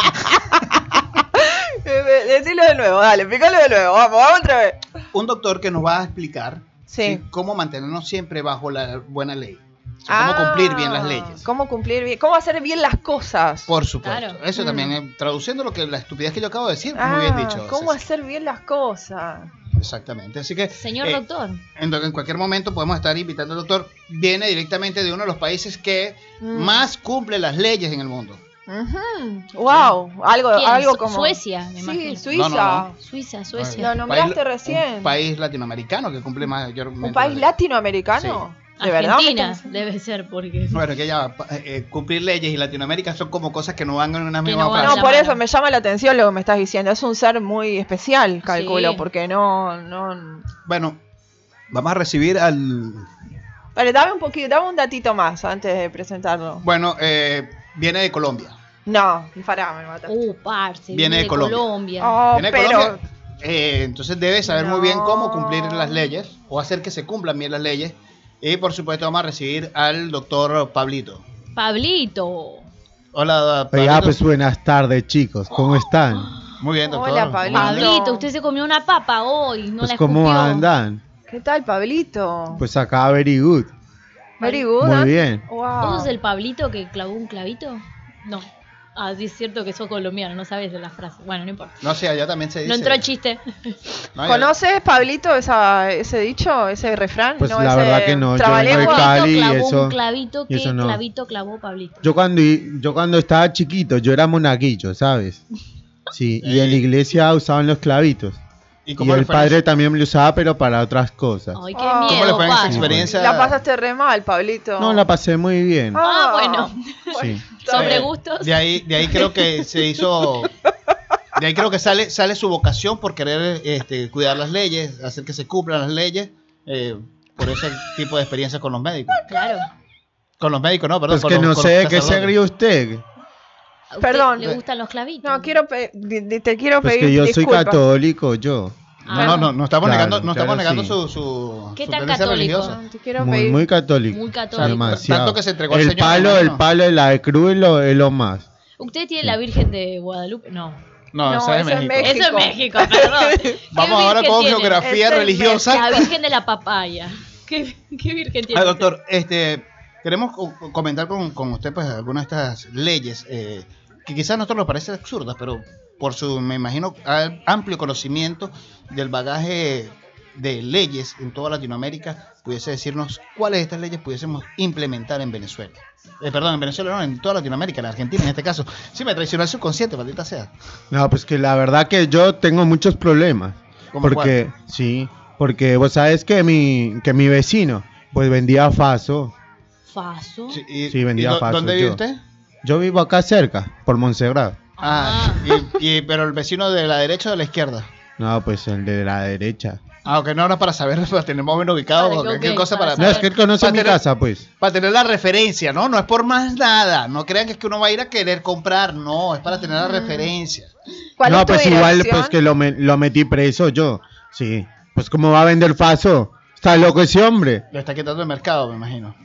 Decilo de nuevo, dale, explícalo de nuevo. Vamos otra vez. Un doctor que nos va a explicar Sí. cómo mantenernos siempre bajo la buena ley. O sea, cómo cumplir bien las leyes. Cómo cumplir bien, cómo hacer bien las cosas. Por supuesto. Claro. Eso también, traduciendo la estupidez que yo acabo de decir, muy bien dicho. Cómo Ceci. hacer bien las cosas. Exactamente. Así que, Señor doctor. en cualquier momento podemos estar invitando al doctor. Viene directamente de uno de los países que Mm. más cumple las leyes en el mundo. Wow, algo, ¿Quién? algo como Suecia, me imagino. Sí, Suiza. No. Suiza, Suecia. Lo nombraste país- recién. Un país latinoamericano que cumple mayormente. ¿Un país las leyes. latinoamericano? ¿De verdad? Argentina debe ser porque... Bueno, que ya cumplir leyes y Latinoamérica son como cosas que no van en una Que misma no van frase. No, la por mano. eso me llama la atención lo que me estás diciendo. Es un ser muy especial, calculo, Sí. porque no. Bueno, vamos a recibir al... Vale, dame un datito más antes de presentarlo. Bueno, viene de Colombia. No, pará, me mata. parce. Viene de Colombia. Oh, Viene de pero. Colombia. Entonces debe saber muy bien cómo No. cumplir las leyes o hacer que se cumplan bien las leyes. Y por supuesto vamos a recibir al doctor Pablito. Pablito. Hola, Pablito. Oiga, pues buenas tardes, chicos. ¿Cómo están? Muy bien, doctor. Hola, Pablito. Pablito, usted se comió una papa hoy, no Pues la ¿cómo escupió. andan? ¿Qué tal, Pablito? Pues acá very good. Very good. Muy ¿eh? bien. Wow. ¿Vos sos el Pablito que clavó un clavito? No. Ah, sí, es cierto que sos colombiano, no sabes de la frase. Bueno, no importa. No sé, allá también se dice. No entró el chiste. No, allá- ¿Conoces, Pablito, ese dicho, ese refrán? Pues no, la ese verdad que no, yo trabalengua? vengo de Cali y Clavó eso- un clavito, y ¿qué eso no. clavito clavó Pablito? Yo cuando estaba chiquito, yo era monaguillo, ¿sabes? Sí, y en la iglesia usaban los clavitos. ¿Y Y cómo le el fue en padre eso? también me lo usaba, pero para otras cosas. Ay, qué Ah. miedo, ¿Cómo le fue en esa padre. experiencia? La pasaste re mal, Pablito. No, la pasé muy bien. Ah, bueno. Sí. Sobre Eh, gustos. De ahí creo que se hizo. De ahí creo que sale su vocación por querer cuidar las leyes, hacer que se cumplan las leyes, por ese tipo de experiencias con los médicos. Claro. Con los médicos, no, perdón. Pues que no con sé de los qué se sacerdotes. ríe usted. ¿A usted Perdón. ¿Le gustan los clavitos? No, te quiero Pues pedir que yo soy disculpas. católico, yo. No estamos Claro, negando, no estamos claro, negando sí. su ¿Qué su tan tendencia católico? religiosa. Te quiero Muy, pedir. muy católico. Muy católico. Demasiado. Tanto que se entregó al el Señor, palo, me el imagino. palo de la cruz es lo más. ¿Usted tiene la Virgen de Guadalupe? No. No, No, esa es eso es México. Eso es México, perdón. ¿Qué Vamos ahora virgen con tiene? geografía Esa es religiosa. La Virgen de la Papaya. ¿Qué virgen tiene? Doctor, queremos comentar con usted pues algunas de estas leyes que quizás a nosotros nos parecen absurdas, pero por su, me imagino, amplio conocimiento del bagaje de leyes en toda Latinoamérica, pudiese decirnos cuáles de estas leyes pudiésemos implementar en Venezuela. Perdón, en Venezuela no, en toda Latinoamérica, en Argentina en este caso. Sí, me traicionó el subconsciente, maldita sea. No, pues que la verdad que yo tengo muchos problemas. ¿Cómo Porque, sí, porque vos sabes que mi vecino, pues vendía faso. Faso. Sí, vendía faso, ¿Dónde vive yo. usted? Yo vivo acá cerca, por Montserrat. Pero el vecino de la derecha o de la izquierda. No, pues el de la derecha. Ok, no, no, para saber, para tener más o menos ubicado, Para que, cualquier ok, cosa para para, No, es que él conoce para mi tener- casa, pues. para tener la referencia, ¿no? No es por más nada. No crean que es que uno va a ir a querer comprar, no, es para tener la referencia. ¿Cuál No, es tu pues igual, dirección? pues que lo metí preso yo. Sí, pues ¿cómo va a vender faso? Está loco ese hombre. Lo está quitando el mercado, me imagino.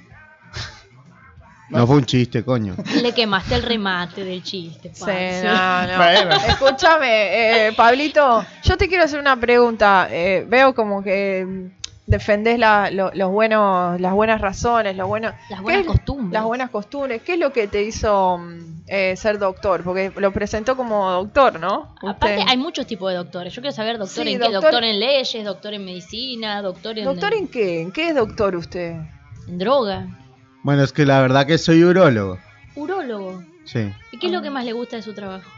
No fue un chiste, coño. Le quemaste el remate del chiste. Sí, parce. no. Bueno. Escúchame, Pablito, yo te quiero hacer una pregunta. Veo como que defendés los buenos, las buenas razones, Las buenas ¿qué es- costumbres. Las buenas costumbres. ¿Qué es lo que te hizo ser doctor? Porque lo presentó como doctor, ¿no? Aparte, Usted. hay muchos tipos de doctores. Yo quiero saber, doctor Sí, en qué. doctor- Doctor en leyes, doctor en medicina, doctor en, ¿Doctor en qué? ¿En qué es doctor usted? en droga. Bueno, es que la verdad que soy urólogo. Urólogo. Sí. ¿Y qué es lo que más le gusta de su trabajo?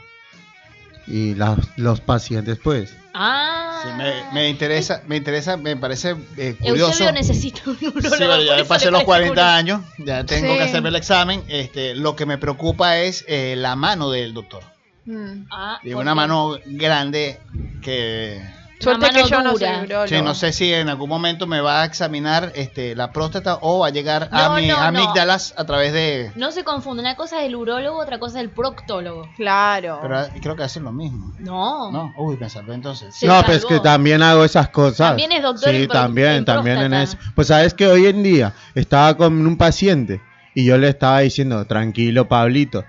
Y los pacientes, pues. Ah. Sí, me interesa, me parece curioso. Eusebio necesita un urólogo. Sí, pero por ya eso pasé le los parece 40 curioso. años, ya tengo Sí. que hacerme el examen. Lo que me preocupa es la mano del doctor. Ah, Tiene ¿por una qué? mano grande que... Suerte mano que yo no soy dura. urólogo. Sí, no sé si en algún momento me va a examinar la próstata o va a llegar No, a mi no, no. amígdalas a través de... No se confunde, una cosa es el urólogo, otra cosa es el proctólogo. Claro. Pero creo que hacen lo mismo. No. ¿No? Uy, me salvé entonces. Se no, salvó. pues que también hago esas cosas. También es doctor Sí, en también en próstata. eso. Pues sabes que hoy en día estaba con un paciente y yo le estaba diciendo, tranquilo, Pablito.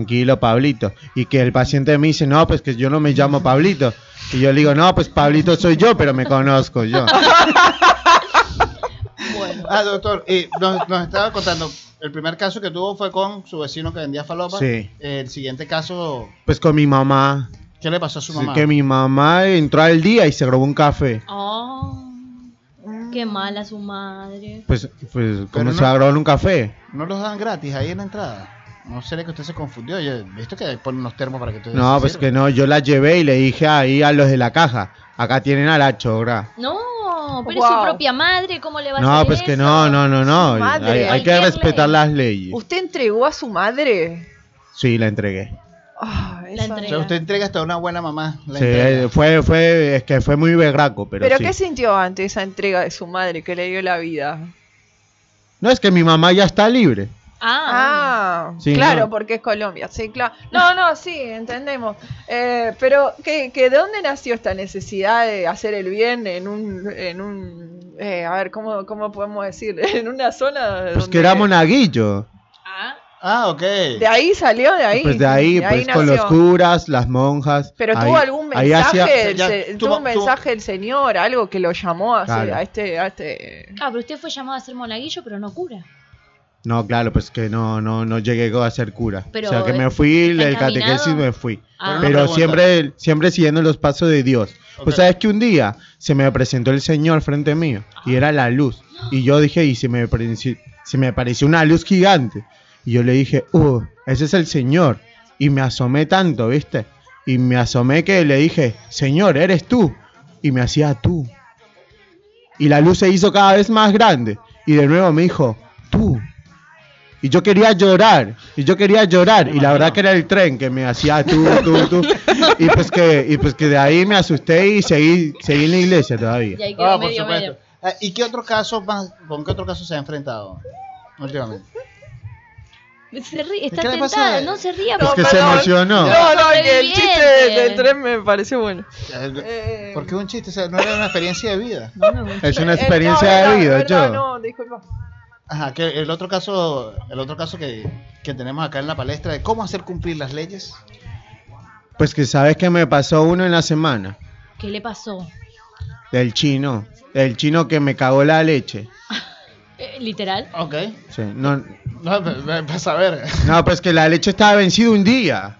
Y que el paciente me dice, no, pues que yo no me llamo Pablito. Y yo le digo, no, pues Pablito soy yo, pero me conozco yo. Bueno. Doctor, nos estaba contando, el primer caso que tuvo fue con su vecino que vendía falopa. Sí. El siguiente caso, Pues con mi mamá. ¿qué le pasó a su Sí, mamá? que mi mamá entró al día y se robó un café. Oh, qué mala su madre. Pues Pero ¿cómo no- se va a robar un café? ¿No los dan gratis ahí en la entrada? ¿No será que usted se confundió? Yo he visto que ponen unos termos para que usted No, se pues sirva. que no, yo la llevé y le dije ahí a los de la caja, acá tienen a la chogra. No, pero es Wow. su propia madre, ¿cómo le va a No, hacer pues que eso? no. Su madre. Hay que Cualquier respetar ley. las leyes. ¿Usted entregó a su madre? Sí, la entregué. Ah, La eso- O entrega. sea, usted entrega hasta una buena mamá. La Sí, entrega. es que fue muy berraco, pero ¿Pero sí. qué sintió ante esa entrega de su madre que le dio la vida? No, es que mi mamá ya está libre. Ah, Sí, claro, no. porque es Colombia, sí, claro. No, sí, entendemos. Pero, ¿de dónde nació esta necesidad de hacer el bien en a ver, ¿cómo podemos decir? En una zona Pues donde... que era monaguillo. ah. Ah, ok. De ahí salió, de ahí. Pues de ahí, pues con los nació. curas, las monjas. Pero ahí- tuvo algún ahí mensaje, hacía- tuvo un mensaje del Señor, algo que lo llamó a, Claro. a este. Ah, pero usted fue llamado a ser monaguillo, pero no cura. No, claro, pues que no llegué a ser cura. Pero, o sea, que me fui, ¿está el encaminado? catequesis me fui. Ah. Pero Una siempre siguiendo los pasos de Dios. Ok. Pues sabes que un día se me presentó el Señor frente mío y era la luz. Y yo dije, y se me apareció una luz gigante. Y yo le dije, ese es el Señor. Y me asomé tanto, ¿viste? Y me asomé que le dije, Señor, eres tú. Y me hacía tú. Y la luz se hizo cada vez más grande. Y de nuevo me dijo, tú. Y yo quería llorar. Y la verdad que era el tren que me hacía tú. Y pues que de ahí me asusté y seguí en la iglesia todavía. Y ahí quedó Por medio. supuesto. ¿Y qué otro caso más, con qué otro caso se ha enfrentado últimamente? Se ríe, está ¿Qué le pasa? tentada, no se ría. Es que por se favor. emocionó. No, que el Bien. chiste del tren me pareció bueno. Porque es un chiste, o sea, no era una experiencia de vida. Es una experiencia de vida, yo. No, disculpa. Ajá, que el otro caso que tenemos acá en la palestra de cómo hacer cumplir las leyes. Pues que sabes que me pasó uno en la semana. ¿Qué le pasó? Del chino que me cagó la leche. Literal. Ok. Sí, no, Vas a ver. no, pues que la leche estaba vencida un día.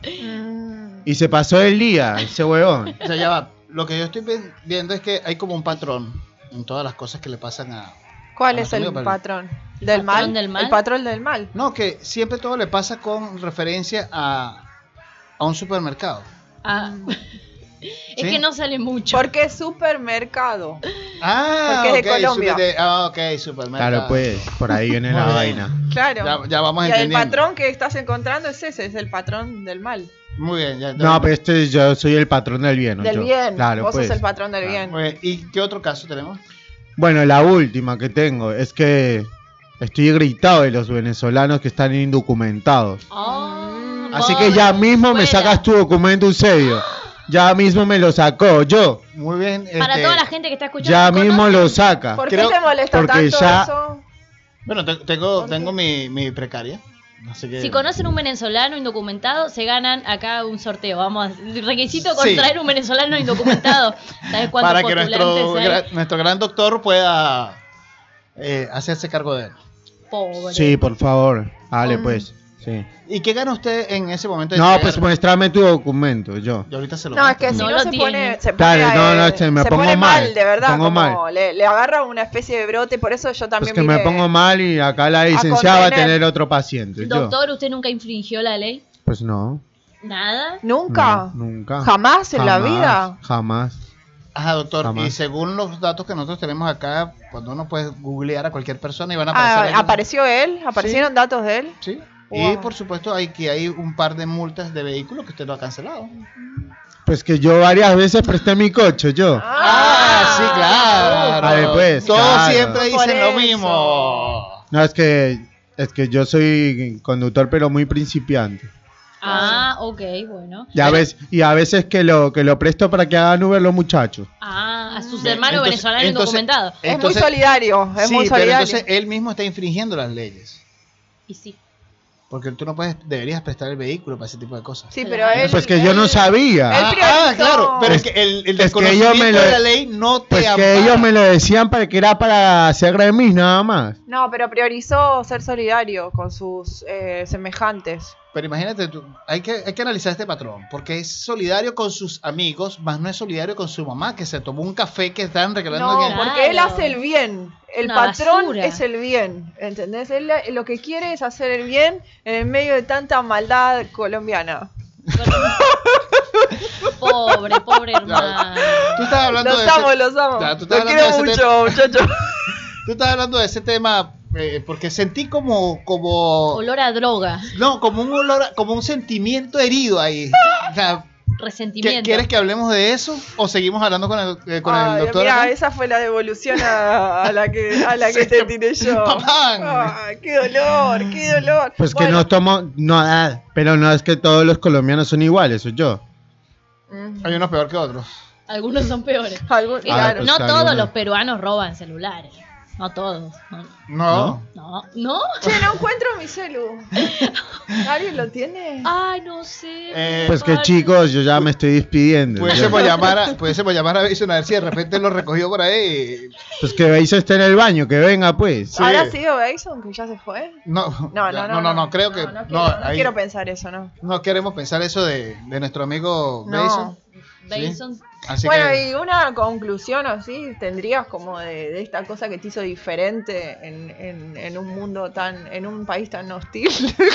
Y se pasó el día, ese huevón. O sea, ya va. Lo que yo estoy viendo es que hay como un patrón en todas las cosas que le pasan a... ¿Cuál a es el nuestro amigo, patrón? ¿El ¿Del patrón mal? del mal? El patrón del mal. No, que siempre todo le pasa con referencia a un supermercado. Ah. Es ¿Sí? que no sale mucho. Porque es supermercado. Ah, Porque es de ok, Colombia. ok, supermercado. Claro, pues, por ahí viene la Muy bien. vaina. Claro. Ya vamos y el entendiendo. patrón que estás encontrando es ese, es el patrón del mal. Muy bien, ya. No, pero yo soy el patrón del bien, ¿no? Del Yo. bien. Claro, Vos pues. sos el patrón del bien. Muy bien. ¿Y qué otro caso tenemos? Bueno, la última que tengo es que estoy gritado de los venezolanos que están indocumentados. Oh, Así que ya pobre mismo me Venezuela. sacas tu documento serio. Ya mismo me lo sacó yo. Muy bien. Para toda la gente que está escuchando. Ya ¿conoce? mismo lo saca. ¿Por qué Creo- te molesta porque tanto ya- eso? Bueno, tengo mi precaria. Así que... Si conocen un venezolano indocumentado, se ganan acá un sorteo. Vamos, requisito Sí. contraer un venezolano indocumentado. ¿Sabes cuántos para que postulantes hay? nuestro gran doctor pueda hacerse cargo de él. Pobre. Sí, por favor. Dale, pues. Sí. ¿Y qué gana usted en ese momento? de No, entregar? pues muéstrame tu documento, yo. Y ahorita se lo No, es que muestro. si No no, lo se tiene. pone, se Dale, pone, no, me se pongo pone mal, de verdad, pongo como mal. le agarra una especie de brote, por eso yo Pues también que me vine- pongo mal y acá la licenciada va a contener. tener otro paciente. Yo. Doctor, ¿usted nunca infringió la ley? Pues no. ¿Nada? ¿Nunca? No, nunca. ¿Jamás en la vida? Jamás. Ajá, doctor. Jamás. Y según los datos que nosotros tenemos acá, cuando uno puede googlear a cualquier persona y van a aparecer... ahí- ¿Apareció él? ¿Aparecieron datos de él? Sí. Wow. Y por supuesto hay un par de multas de vehículos que usted lo ha cancelado. Pues que yo varias veces presté mi coche, yo. Sí, claro. Vale, pues, Todos claro. siempre Por dicen lo eso. mismo. No, es que yo soy conductor pero muy principiante. Ah, ok, bueno. Y a veces que lo presto para que hagan Uber los muchachos. Ah, a sus Bien, hermanos entonces- venezolanos indocumentados. Es Entonces- muy solidario, es sí, muy pero solidario. entonces él mismo está infringiendo las leyes. Y sí. Porque tú no deberías prestar el vehículo para ese tipo de cosas. Sí, pero él... Pues que yo no sabía. Él priorizó- Claro, pero es que el Es que desconocimiento ellos me lo- de la ley no te Pues que ampara. ellos me lo decían para que era para hacer remis nada más. No, pero priorizó ser solidario con sus semejantes. Pero imagínate, hay que analizar este patrón, porque es solidario con sus amigos, más no es solidario con su mamá, que se tomó un café que están regalando. No, alguien. porque él Claro. hace el bien. El Una patrón basura. es el bien, ¿entendés? Él lo que quiere es hacer el bien en el medio de tanta maldad colombiana. Pobre hermano. Tú estás hablando Los de amo, ese, los amo. Ya, Los tú estás hablando quiero de ese mucho, muchachos. tú estás hablando de ese tema porque sentí como Olor a droga, no, como un olor, como un sentimiento herido ahí. O sea, resentimiento. ¿quieres que hablemos de eso o seguimos hablando con el doctor? Mira, acá? esa fue la devolución a la que te tiré yo. ¡Papán! Ay, qué dolor, qué dolor. Pues que Bueno, no tomo, no, pero no es que todos los colombianos son iguales, soy yo. Hay unos peor que otros. Algunos son peores. algún- Y claro. pues, no algunos. todos los peruanos roban celulares. No todos. No. ¿No? Che, no encuentro mi celu. ¿Alguien lo tiene? Ay, no sé. Pues que chicos, yo ya me estoy despidiendo. Pudiésemos llamar a Bison a ver si de repente lo recogió por ahí. Pues que Bison esté en el baño, que venga pues. Sí. ¿Habrá sido Bison que ya se fue? No, creo que No ahí quiero pensar eso, ¿no? no queremos pensar eso de nuestro amigo No. Bison. Bison. Así Bueno, que y una conclusión así, ¿tendrías como de esta cosa que te hizo diferente en un mundo en un país tan hostil?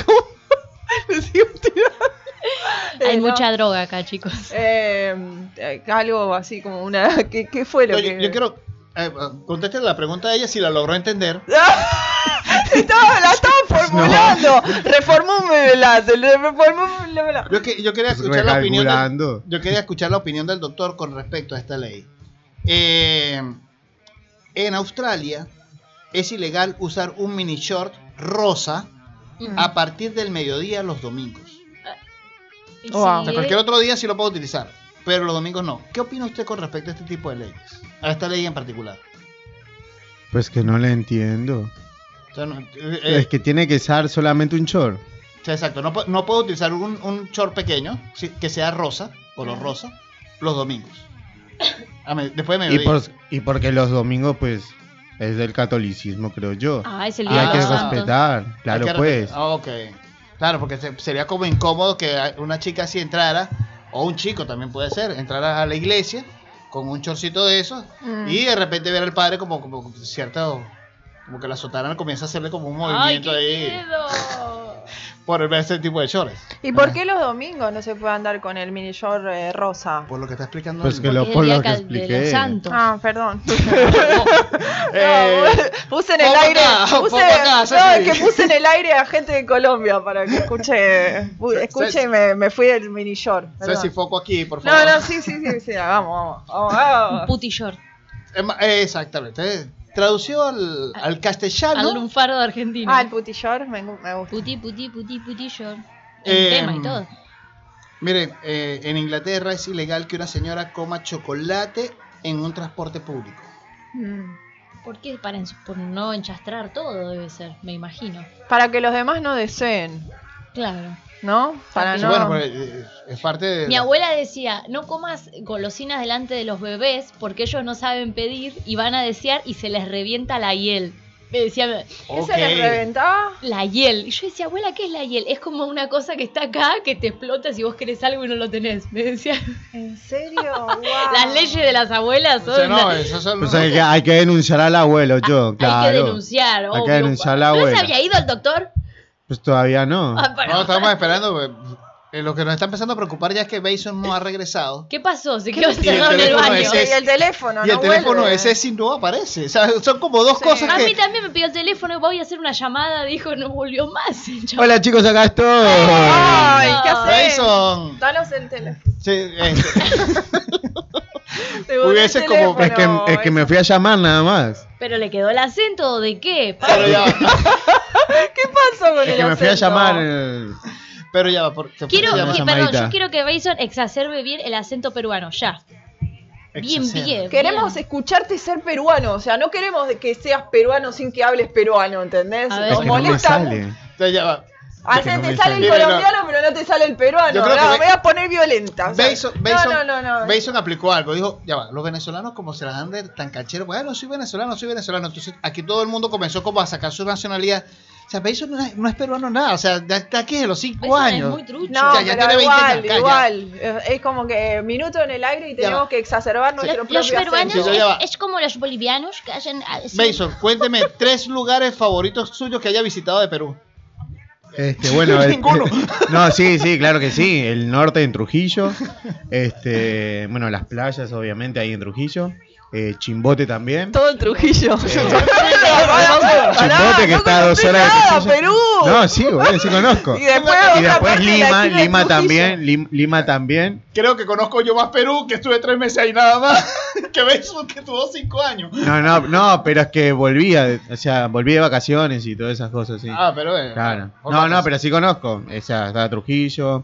Hay No. mucha droga acá, chicos. Algo así como una... ¿Qué fue lo que...? yo quiero contestar la pregunta a ella si la logró entender. La estaba formulando. Reformúmela. Yo quería escuchar la opinión. Recalculando. Yo quería escuchar la opinión del doctor con respecto a esta ley. En Australia es ilegal usar un mini short rosa a partir del mediodía los domingos. Y Wow. O sea, cualquier otro día sí lo puedo utilizar, pero los domingos no. ¿Qué opina usted con respecto a este tipo de leyes? A esta ley en particular. Pues que no le entiendo. O sea, no, Es que tiene que usar solamente un short. o sea, exacto, no puedo utilizar un short pequeño que sea rosa, color rosa, los domingos. Después de mediodía. Y porque los domingos, pues, es del catolicismo, creo yo. Ah, es el Y día hay de que los santos. respetar, claro, Hay que pues. respetar. Ok. Claro, porque sería como incómodo que una chica así entrara, o un chico también puede ser, entrara a la iglesia con un chorcito de esos y de repente ver al padre como cierto, como que la sotana comienza a hacerle como un ¡Ay, movimiento qué ahí miedo! por ver ese tipo de shorts. ¿Y por qué los domingos no se puede andar con el mini short rosa? Por lo que está explicando. Pues el- que lo- Porque por es el lo día que de los expliqué. santos. Ah, perdón. Eh, Puse en el pongo aire. acá, Puse, pongo acá, no, Ceci. es que puse en el aire a gente de Colombia para que escuche y me fui del mini short. perdón. Ceci, foco aquí, por favor. No, sí, vamos. Un puti short. Exactamente. Tradució al castellano. Al lunfardo de Argentina. El puti short me gusta. Puti short. Eh, El tema y todo. Mire, en Inglaterra es ilegal que una señora coma chocolate en un transporte público. ¿Por qué? Por no enchastrar todo, debe ser, me imagino. Para que los demás no deseen, Claro. ¿no? Para Sí, no. bueno, pues, es parte de... Mi abuela decía, no comas golosinas delante de los bebés porque ellos no saben pedir y van a desear y se les revienta la hiel. Me decía, Ok. ¿Qué se les reventaba? la hiel. Y yo decía, abuela, ¿qué es la hiel? Es como una cosa que está acá que te explota si vos querés algo y no lo tenés. Me decía, ¿En serio? Wow. las leyes de las abuelas O son... sea, no, esos son... Pues hay que denunciar al abuelo, yo, claro. Hay que denunciar, Hay obvio. que denunciar a la ¿No abuela. se había ido el doctor? Pues todavía no. Ah, para- No, estamos esperando. Lo que nos está empezando a preocupar ya es que Bison no ha regresado. ¿Qué pasó? Se quedó Y el encerrado en el teléfono baño. ese- Y el teléfono, Y el no teléfono vuelve. ese sí no aparece. O sea, son como dos Sí. cosas A que... mí también me pidió el teléfono y voy a hacer una llamada. Dijo, no volvió más. el chabón. Hola chicos, acá estoy. Ay, ¿qué No. haces? Bison. Danos el teléfono. Sí, Te borré Hubiese el como- teléfono, Es que me fui a llamar nada más. Pero le quedó el acento de qué? pero ya va. ¿Qué pasó con Es el que me fui a acento? llamar. Pero ya va. Quiero Llama que, llamadita. perdón, yo quiero que Bison exacerbe bien el acento peruano, ya. Bien. Queremos escucharte ser peruano, o sea, no queremos que seas peruano sin que hables peruano, ¿entendés? A ver. Es Nos que no me molesta. sale. Entonces ya va. A Es que veces no te me sale el sale. colombiano, pero no te sale el peruano. Yo creo que No, ve- voy a poner violenta. o sea, no. Bison aplicó algo. Dijo, ya va, los venezolanos como se las dan de tan cancheros. Bueno, soy venezolano. Entonces aquí todo el mundo comenzó como a sacar su nacionalidad. O sea, Bison no es peruano nada. O sea, ya está aquí desde los 5 Bison años. es muy trucho. No, Ya pero tiene 20 años, ya. igual. Es como que minuto en el aire y Ya tenemos va. que exacerbar nuestro Los propio peruanos acento. Sí, ya va. es como los bolivianos que hacen... Bison, cuénteme 3 lugares favoritos suyos que haya visitado de Perú. Bueno, Ninguno. no, sí, claro que sí. El norte en Trujillo. Bueno, las playas, obviamente, ahí en Trujillo. Chimbote también. Todo en Trujillo. Chimbote que está a 2 horas de Trujillo. Perú. No, sí, boludo, sí conozco. Y después, Y otra después parte de la esquina de Lima Trujillo. también. Lima también. Creo que conozco yo más Perú, que estuve 3 meses ahí nada más. Que Bison, que tuvo 5 años. No, pero es que volví de vacaciones y todas esas cosas, sí. Ah, pero bueno. Claro. No, pero sí conozco. O sea, está Trujillo,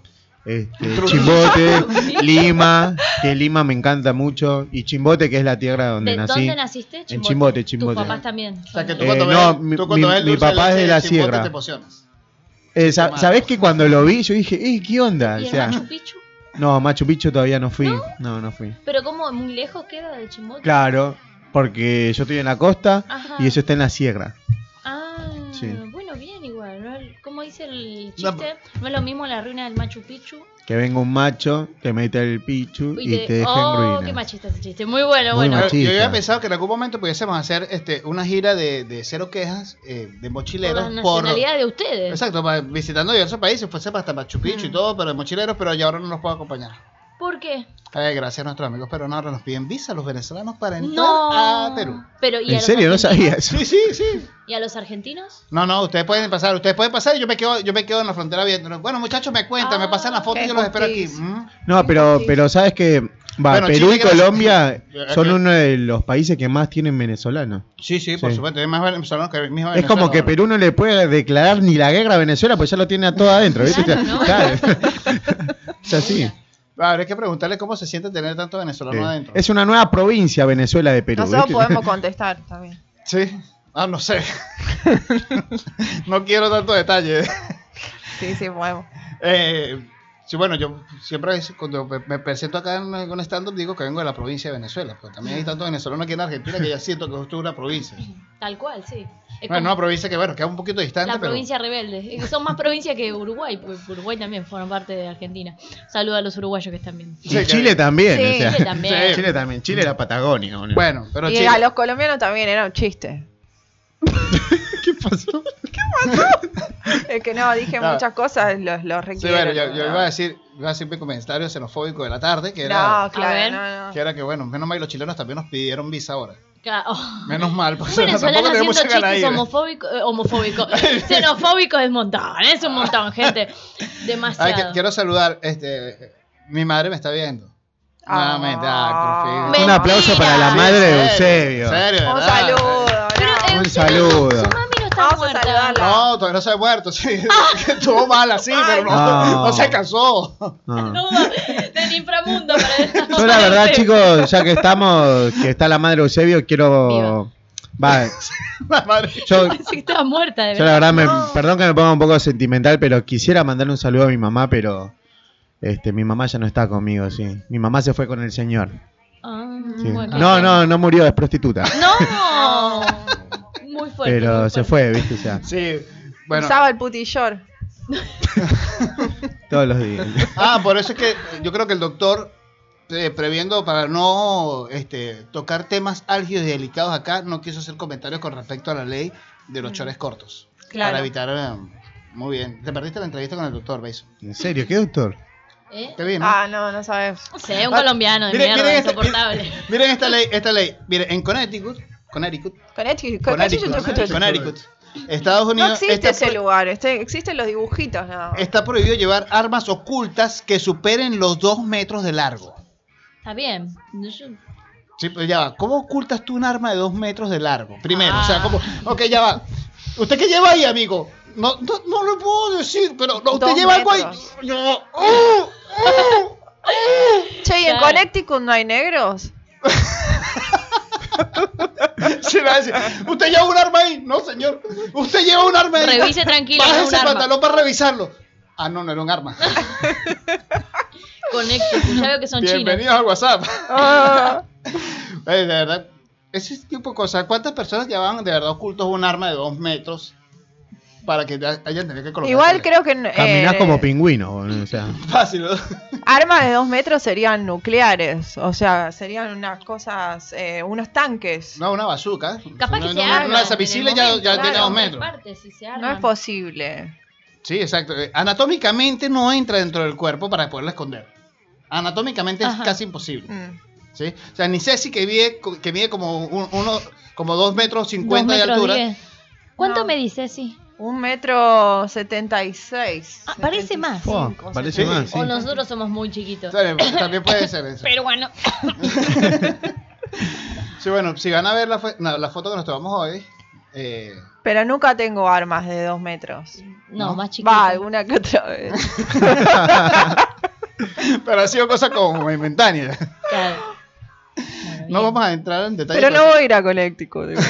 Chimbote, Lima, que Lima me encanta mucho, y Chimbote, que es la tierra donde ¿De nací. dónde naciste? En Chimbote, Chimbote. Tus papás también. O sea, que tú cuando no, ves mi papá es de la Sierra. Te emocionas. ¿Sabés que cuando lo vi yo dije, ¿qué onda? ¿Y O el sea, Machu Picchu? no, Machu Picchu todavía no fui. ¿No? No fui. ¿Pero cómo? ¿Muy lejos queda de Chimbote? Claro, porque yo estoy en la costa Ajá. y eso está en la sierra. Ah, Sí. bueno, bien igual. ¿No? ¿Cómo dice el No, chiste? No es lo mismo la ruina del Machu Picchu. Que venga un macho, te mete el pichu y te deja en Oh, ruina. qué machista ese chiste. Muy bueno, Muy bueno. machista. Yo había pensado que en algún momento pudiésemos hacer una gira de cero quejas, de Por mochileros. la nacionalidad de ustedes. Exacto, visitando diversos países, fuese hasta Machu Picchu y todo, pero de mochileros, pero ya ahora no nos puedo acompañar. ¿Por qué? Gracias a nuestros amigos peruanos, ahora nos piden visa a los venezolanos para entrar No. a Perú. Pero, ¿y a ¿En los serio? No argentinos? sabía eso. Sí. ¿Y a los argentinos? No, ustedes pueden pasar y yo me quedo en la frontera viendo. Bueno, muchachos, me cuentan, me pasan la foto y qué yo los espero aquí. justicia. No, pero sabes que Bueno, Perú Chile, y gracias. Colombia son Ok. uno de los países que más tienen venezolanos. Sí, por Sí. supuesto, hay más venezolanos que mismo Es como que Perú no le puede declarar ni la guerra a Venezuela, pues ya lo tiene a todo adentro, ¿viste? Claro, ¿no? Claro. Es así. Habría que preguntarle cómo se siente tener tanto venezolano adentro. Es una nueva provincia Venezuela de Perú. Nosotros ¿viste? podemos contestar también. Sí. No sé. No quiero tanto detalle. Sí, podemos. Sí, bueno, yo siempre cuando me presento acá en un stand-up digo que vengo de la provincia de Venezuela, porque también hay tantos venezolanos aquí en Argentina que ya siento que esto es una provincia. Tal cual, sí. Es Bueno, como una provincia que queda un poquito distante, la pero... provincia rebelde. Son más provincia que Uruguay, porque Uruguay también forma parte de Argentina. Saludos a los uruguayos que están bien. Y Chile también. Sí, o sea. Chile también. Chile también. Chile era Patagonia. boludo. Bueno, pero Y Chile... a los colombianos también era un chiste. ¿Qué pasó? Es que no, dije No. muchas cosas, los Sí, requiero. bueno, yo ¿no? iba a decir mi comentario xenofóbico de la tarde, que era, No, claro, ver. no. que era que, bueno, menos mal los chilenos también nos pidieron visa ahora. Claro. Menos mal, Un porque venezolano tampoco tenemos haciendo mucha chistes gana homofóbicos. Xenofóbicos es un montón, gente. Demasiado. Quiero saludar, mi madre me está viendo. Nuevamente, por fin. Un aplauso para la madre de Eusebio. En serio, Un ¿verdad? saludo. Pero, no. Un Eusebio, saludo. Su mami no está Vamos a muerta. saludarla. No, todavía no se ha muerto, sí. Estuvo mal así, pero no. no se casó. Ah. Saludos del inframundo para Yo la verdad, chicos, ya que está la madre de Eusebio, quiero... Va, La madre. yo Parece que estaba muerta, de la verdad. verdad, perdón que me ponga un poco sentimental, pero quisiera mandarle un saludo a mi mamá, pero mi mamá ya no está conmigo, sí. Mi mamá se fue con el señor. Ah, Sí. bueno, qué No, pena. no murió, es prostituta. No. Muy fuerte. Pero muy se fuerte. fue, ¿viste? O sea, Sí, bueno. Usaba el putillor. todos los días. Por eso es que yo creo que el doctor, previendo para no tocar temas álgidos y delicados acá, no quiso hacer comentarios con respecto a la ley de los chores cortos. Claro. Para evitar... muy bien. Te perdiste la entrevista con el doctor, Beiso. ¿En serio? ¿Qué doctor? ¿Eh? Te vi, ¿no? No sabes. No sé, un colombiano de Miren, mierda, miren insoportable. Miren esta ley. Miren, en Connecticut, Connecticut, Estados No Unidos existe ese lugar, existen los dibujitos, no. está prohibido llevar armas ocultas que superen los 2 metros de largo. Está bien. Yo- Sí, pero ya va. ¿Cómo ocultas tú un arma de 2 metros de largo? Primero, Ah. o sea, ¿cómo? Ok, ya va. ¿Usted qué lleva ahí, amigo? No lo puedo decir, pero no, usted 2 lleva algo ahí. metros. No. Che, ¿y en Claro. Connecticut no hay negros? Se va a decir, ¿usted lleva un arma ahí? No, señor. Usted lleva un arma ahí. Revise tranquilo, Baje no es un ese arma. pantalón para revisarlo. No era un arma. Connecticut, ya veo que son chinos. Bienvenidos al WhatsApp. Ah, De verdad, ese tipo de cosas. ¿Cuántas personas llevaban de verdad ocultos un arma de 2 metros para que hayan tenido que colocar? igual creo que Caminás como pingüino, boludo, o sea. Fácil, ¿no? armas de 2 metros serían nucleares, o sea, serían unas cosas, unos tanques. No, una bazooka. Capaz que se una arma. de esas misiles ya tiene 2 Claro, metros. parte, si se No arman. es posible. Sí, exacto. Anatómicamente no entra dentro del cuerpo para poderlo esconder. Anatómicamente es Ajá. casi imposible. Mm. ¿Sí? O sea, ni Ceci que mide como como 2 metros 50 2 de metros altura. 10. ¿Cuánto No. me dice, sí? 1,76 m. Ah, parece más. Fua, parece Sí. más, sí. O nosotros somos muy chiquitos. También puede ser eso. Pero bueno. Sí, bueno, si van a ver la foto que nos tomamos hoy, Pero nunca tengo armas de 2 metros. No, ¿No? más chiquito. Va, alguna que otra vez. Pero ha sido cosa como momentánea. Claro. No vamos a entrar en detalle. Pero no voy a ir a Conéctico. Digo.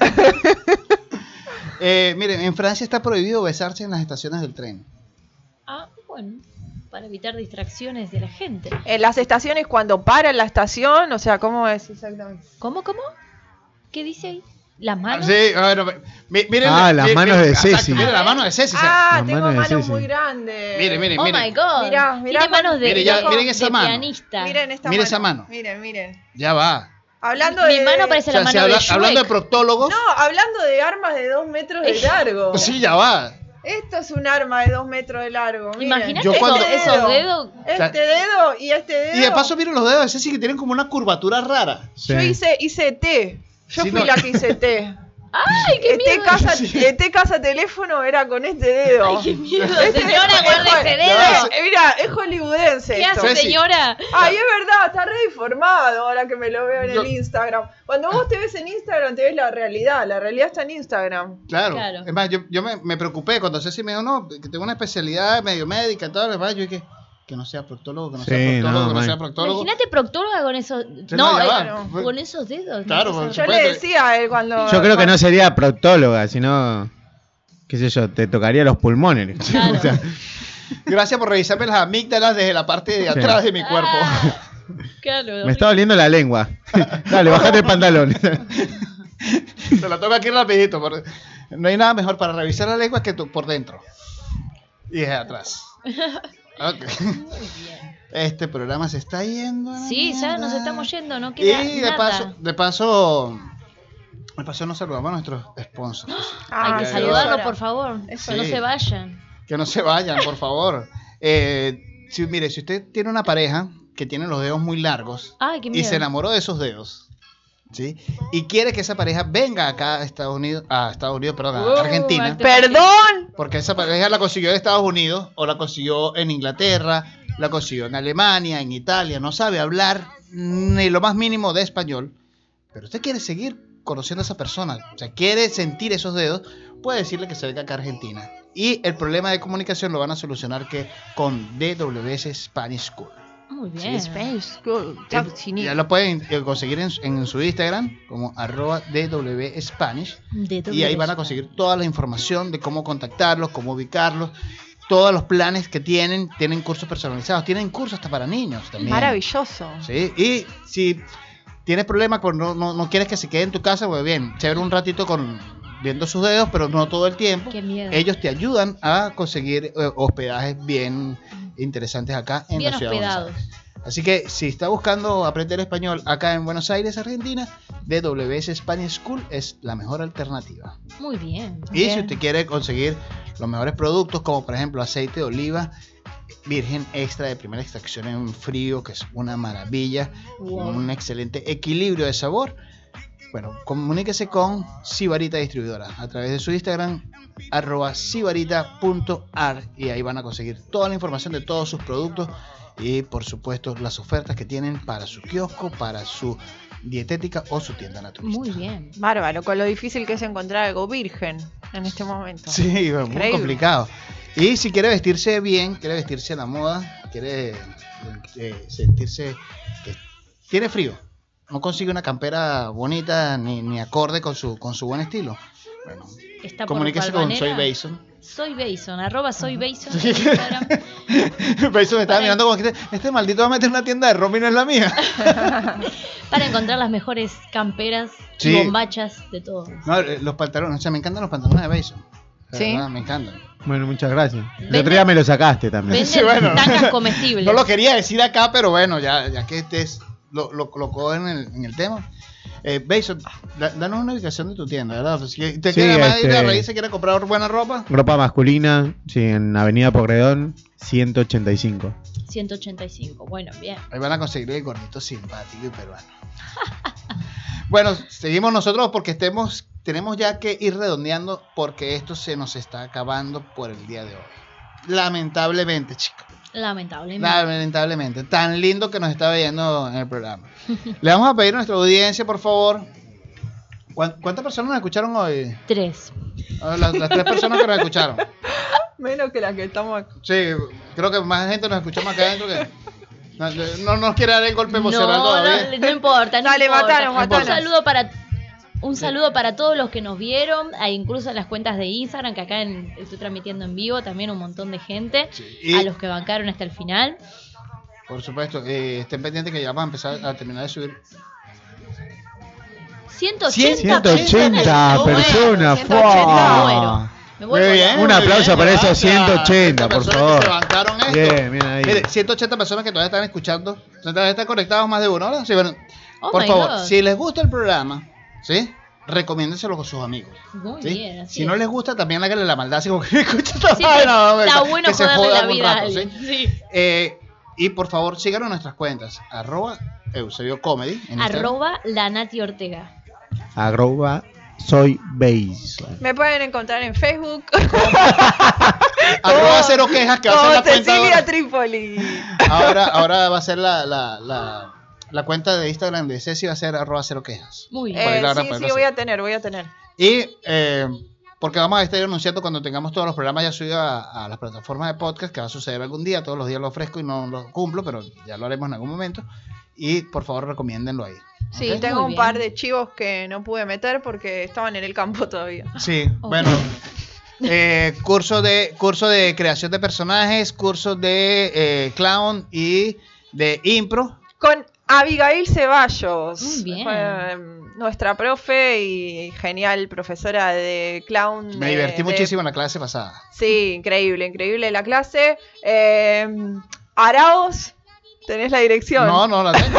Miren, en Francia está prohibido besarse en las estaciones del tren. Ah, bueno, para evitar distracciones de la gente. En las estaciones, cuando para la estación, o sea, ¿cómo es exactamente? ¿Cómo? ¿Qué dice ahí? ¿Las manos? Sí, bueno, miren. Las manos de exacto, Ceci. miren la mano de Ceci. Ah, Las tengo manos de manos Ceci. muy grandes. Miren. Oh my god. Mirá, Tiene manos de, miren esa de mano. pianista. Miren esta Mire mano. esa mano. Miren. Ya va. Hablando Mi de... mano parece O sea, la si mano de hablando de Shrek. proctólogos. No, hablando de armas de 2 metros de largo. Sí, ya va. Esto es un arma de 2 metros de largo. Miren. Imagínate Yo cuando- esos dedos. Este dedo y este dedo. Y de paso, miren los dedos de Ceci que tienen como una curvatura rara. Sí. Yo hice T. Yo Sí, fui no. la que hice T. ¡Ay, qué miedo! T casa teléfono era con este dedo. ¡Ay, qué miedo! Este Señora, es- guarde es- ese dedo. Mira, es hollywoodense ¿Qué esto. hace, Ceci. señora? Ay, es verdad, está re deformado ahora que me lo veo en Yo- el Instagram. Cuando vos te ves en Instagram, te ves la realidad está en Instagram. Claro. Claro. Es más, yo me preocupé cuando Ceci me dijo, no, que tengo una especialidad medio médica y todo lo demás. Yo dije, que no sea proctólogo, que no sea Sí, proctólogo, no, que no sea man. proctólogo. Imagínate proctóloga con esos. no, No, ya va. con esos dedos. Claro, ¿no? porque- Yo Puede le que- decía a él cuando... Yo creo que no sería proctóloga, sino, qué sé yo, te tocaría los pulmones. Claro. O sea, Gracias por revisarme las amígdalas desde la parte de Sí. atrás de mi cuerpo. Ah, claro. me está doliendo la lengua. Dale, bájate el pantalón. Se la toco aquí rapidito. No hay nada mejor para revisar la lengua que por dentro. Y desde atrás. Ok. Este programa se está yendo. a la Sí, ya nos mierda. estamos yendo, no queda Y nada. de paso nos saludamos a nuestros sponsors. Hay que ya, saludarlos, ya. por favor. Eso Que no sí. se vayan. Que no se vayan, por favor. Mire, si usted tiene una pareja que tiene los dedos muy largos Ay, qué y miedo. se enamoró de esos dedos, ¿sí? Y quiere que esa pareja venga acá a Estados Unidos, a Argentina, alto- ¡Perdón! porque esa pareja la consiguió en Estados Unidos o la consiguió en Inglaterra, la consiguió en Alemania, en Italia, no sabe hablar ni lo más mínimo de español, pero usted quiere seguir conociendo a esa persona, o sea, quiere sentir esos dedos, puede decirle que se venga acá a Argentina. Y el problema de comunicación lo van a solucionar con DWS Spanish School. Muy bien. Ya lo pueden conseguir en su Instagram como @DWSpanish. Y ahí van a conseguir toda la información de cómo contactarlos, cómo ubicarlos, todos los planes que tienen cursos personalizados, tienen cursos hasta para niños también. Maravilloso. Sí, y si tienes problemas con no quieres que se quede en tu casa, pues bien, chévere un ratito viendo sus dedos, pero no todo el tiempo. Qué miedo. Ellos te ayudan a conseguir hospedajes bien interesantes acá en Bien la ciudad de Buenos hospedados. Aires. Así que si está buscando aprender español acá en Buenos Aires, Argentina, DWS Spanish School es la mejor alternativa. Muy bien. Y si usted quiere conseguir los mejores productos, como por ejemplo aceite de oliva virgen extra de primera extracción en frío, que es una maravilla, Wow. con un excelente equilibrio de sabor, bueno, comuníquese con Sibarita Distribuidora a través de su Instagram @sibarita.ar y ahí van a conseguir toda la información de todos sus productos y por supuesto las ofertas que tienen para su kiosco, para su dietética o su tienda naturista. Muy bien. Bárbaro, con lo difícil que es encontrar algo virgen en este momento. Sí, muy Increíble. complicado. Y si quiere vestirse bien, quiere vestirse a la moda, quiere sentirse que tiene frío, no consigue una campera bonita ni acorde con su buen estilo. Bueno, Está por comuníquese con Soy Balvanera. Bason. Soy Bason, @Soy Bason en Instagram. Bason me estaba mirando como que este maldito va a meter una tienda de ropa y no es la mía. Para encontrar las mejores camperas Sí. y bombachas de todo. No, los pantalones, o sea, me encantan los pantalones de Bason. La ¿Sí? verdad, me encantan. Bueno, muchas gracias. El Vende- otro día me lo sacaste también. Venden Sí, bueno. tangas comestibles. No lo quería decir acá, pero bueno, ya que lo colocó en el tema. Bason, danos una ubicación de tu tienda, ¿verdad? Si te Sí, quiere más ir a este- raíz, se quiere comprar buena ropa. Ropa masculina, sí, en Avenida Porredón, 185. 185. Bueno, bien. Ahí van a conseguir el gordito simpático y peruano. Bueno, seguimos nosotros porque tenemos ya que ir redondeando porque esto se nos está acabando por el día de hoy. Lamentablemente, chicos. Lamentablemente. Lamentablemente. Tan lindo que nos está viendo en el programa. Le vamos a pedir a nuestra audiencia, por favor. ¿Cuántas personas nos escucharon hoy? 3. Las 3 personas que nos escucharon. Menos que la que estamos acá. Sí, creo que más gente nos escuchó más acá adentro que... No nos quiere dar el golpe emocional todavía. No importa. No Dale, importa. matanos. Un saludo para todos los que nos vieron, incluso en las cuentas de Instagram, que acá estoy transmitiendo en vivo, también un montón de gente, Sí. a los que bancaron hasta el final. Por supuesto, estén pendientes que ya vamos a empezar a terminar de subir. 180 personas. Me muero. Muy bien. Un aplauso para esos gracias. 180, por Personas favor. que se bancaron esto. Bien ahí. Mire, 180 personas que todavía están escuchando. ¿Están conectados más de uno ahora? Sí, bueno. Oh Por my favor, God. si les gusta el programa, ¿sí? Recomiéndenselo con sus amigos. Muy ¿sí? bien, así Si no es. les gusta, también háganle la maldad. Así como que escucha esta Sí, vaina, pero está que bueno se joderle jodan la un vida a rato, alguien. ¿sí? Sí. Y por favor, síganos en nuestras cuentas. @Eusebio Comedy. En Instagram. @ Nati Ortega. @ soy base. Me pueden encontrar en Facebook. @cero quejas, que va a ser Como la cuenta Cecilia ahora. Tripoli. Ahora va a ser la cuenta de Instagram de Ceci, va a ser @cero quejas. Muy bien. Por ahí la van a Sí, poder sí, hacer. voy a tener. Y porque vamos a estar anunciando cuando tengamos todos los programas ya subidos a las plataformas de podcast, que va a suceder algún día. Todos los días lo ofrezco y no lo cumplo, pero ya lo haremos en algún momento. Y por favor, recomiéndenlo ahí. Sí, ¿Ok? tengo Muy un bien. par de chivos que no pude meter porque estaban en el campo todavía. Sí, bueno. Curso de creación de personajes, curso de clown y de impro. Con Abigail Ceballos. Muy bien. Fue, nuestra profe y genial profesora de clown. Me divertí muchísimo en la clase pasada. Sí, increíble la clase. Araos, ¿tenés la dirección? No la tengo.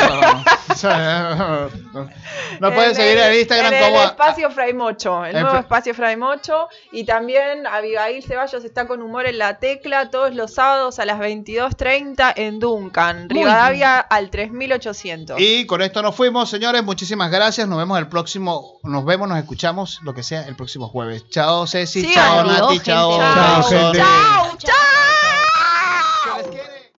No pueden seguir en Instagram en como el espacio Fraimocho, el el nuevo fra- espacio Fraimocho. Y también Abigail Ceballos está con Humor en la Tecla todos los sábados a las 22:30 en Duncan, Muy Rivadavia al 3800. Y con esto nos fuimos, señores. Muchísimas gracias. Nos vemos nos escuchamos, lo que sea, el próximo jueves. Chao, Ceci. Sí, chao, adiós, Nati. gente. Chao, Chao, Jason. gente. Chao.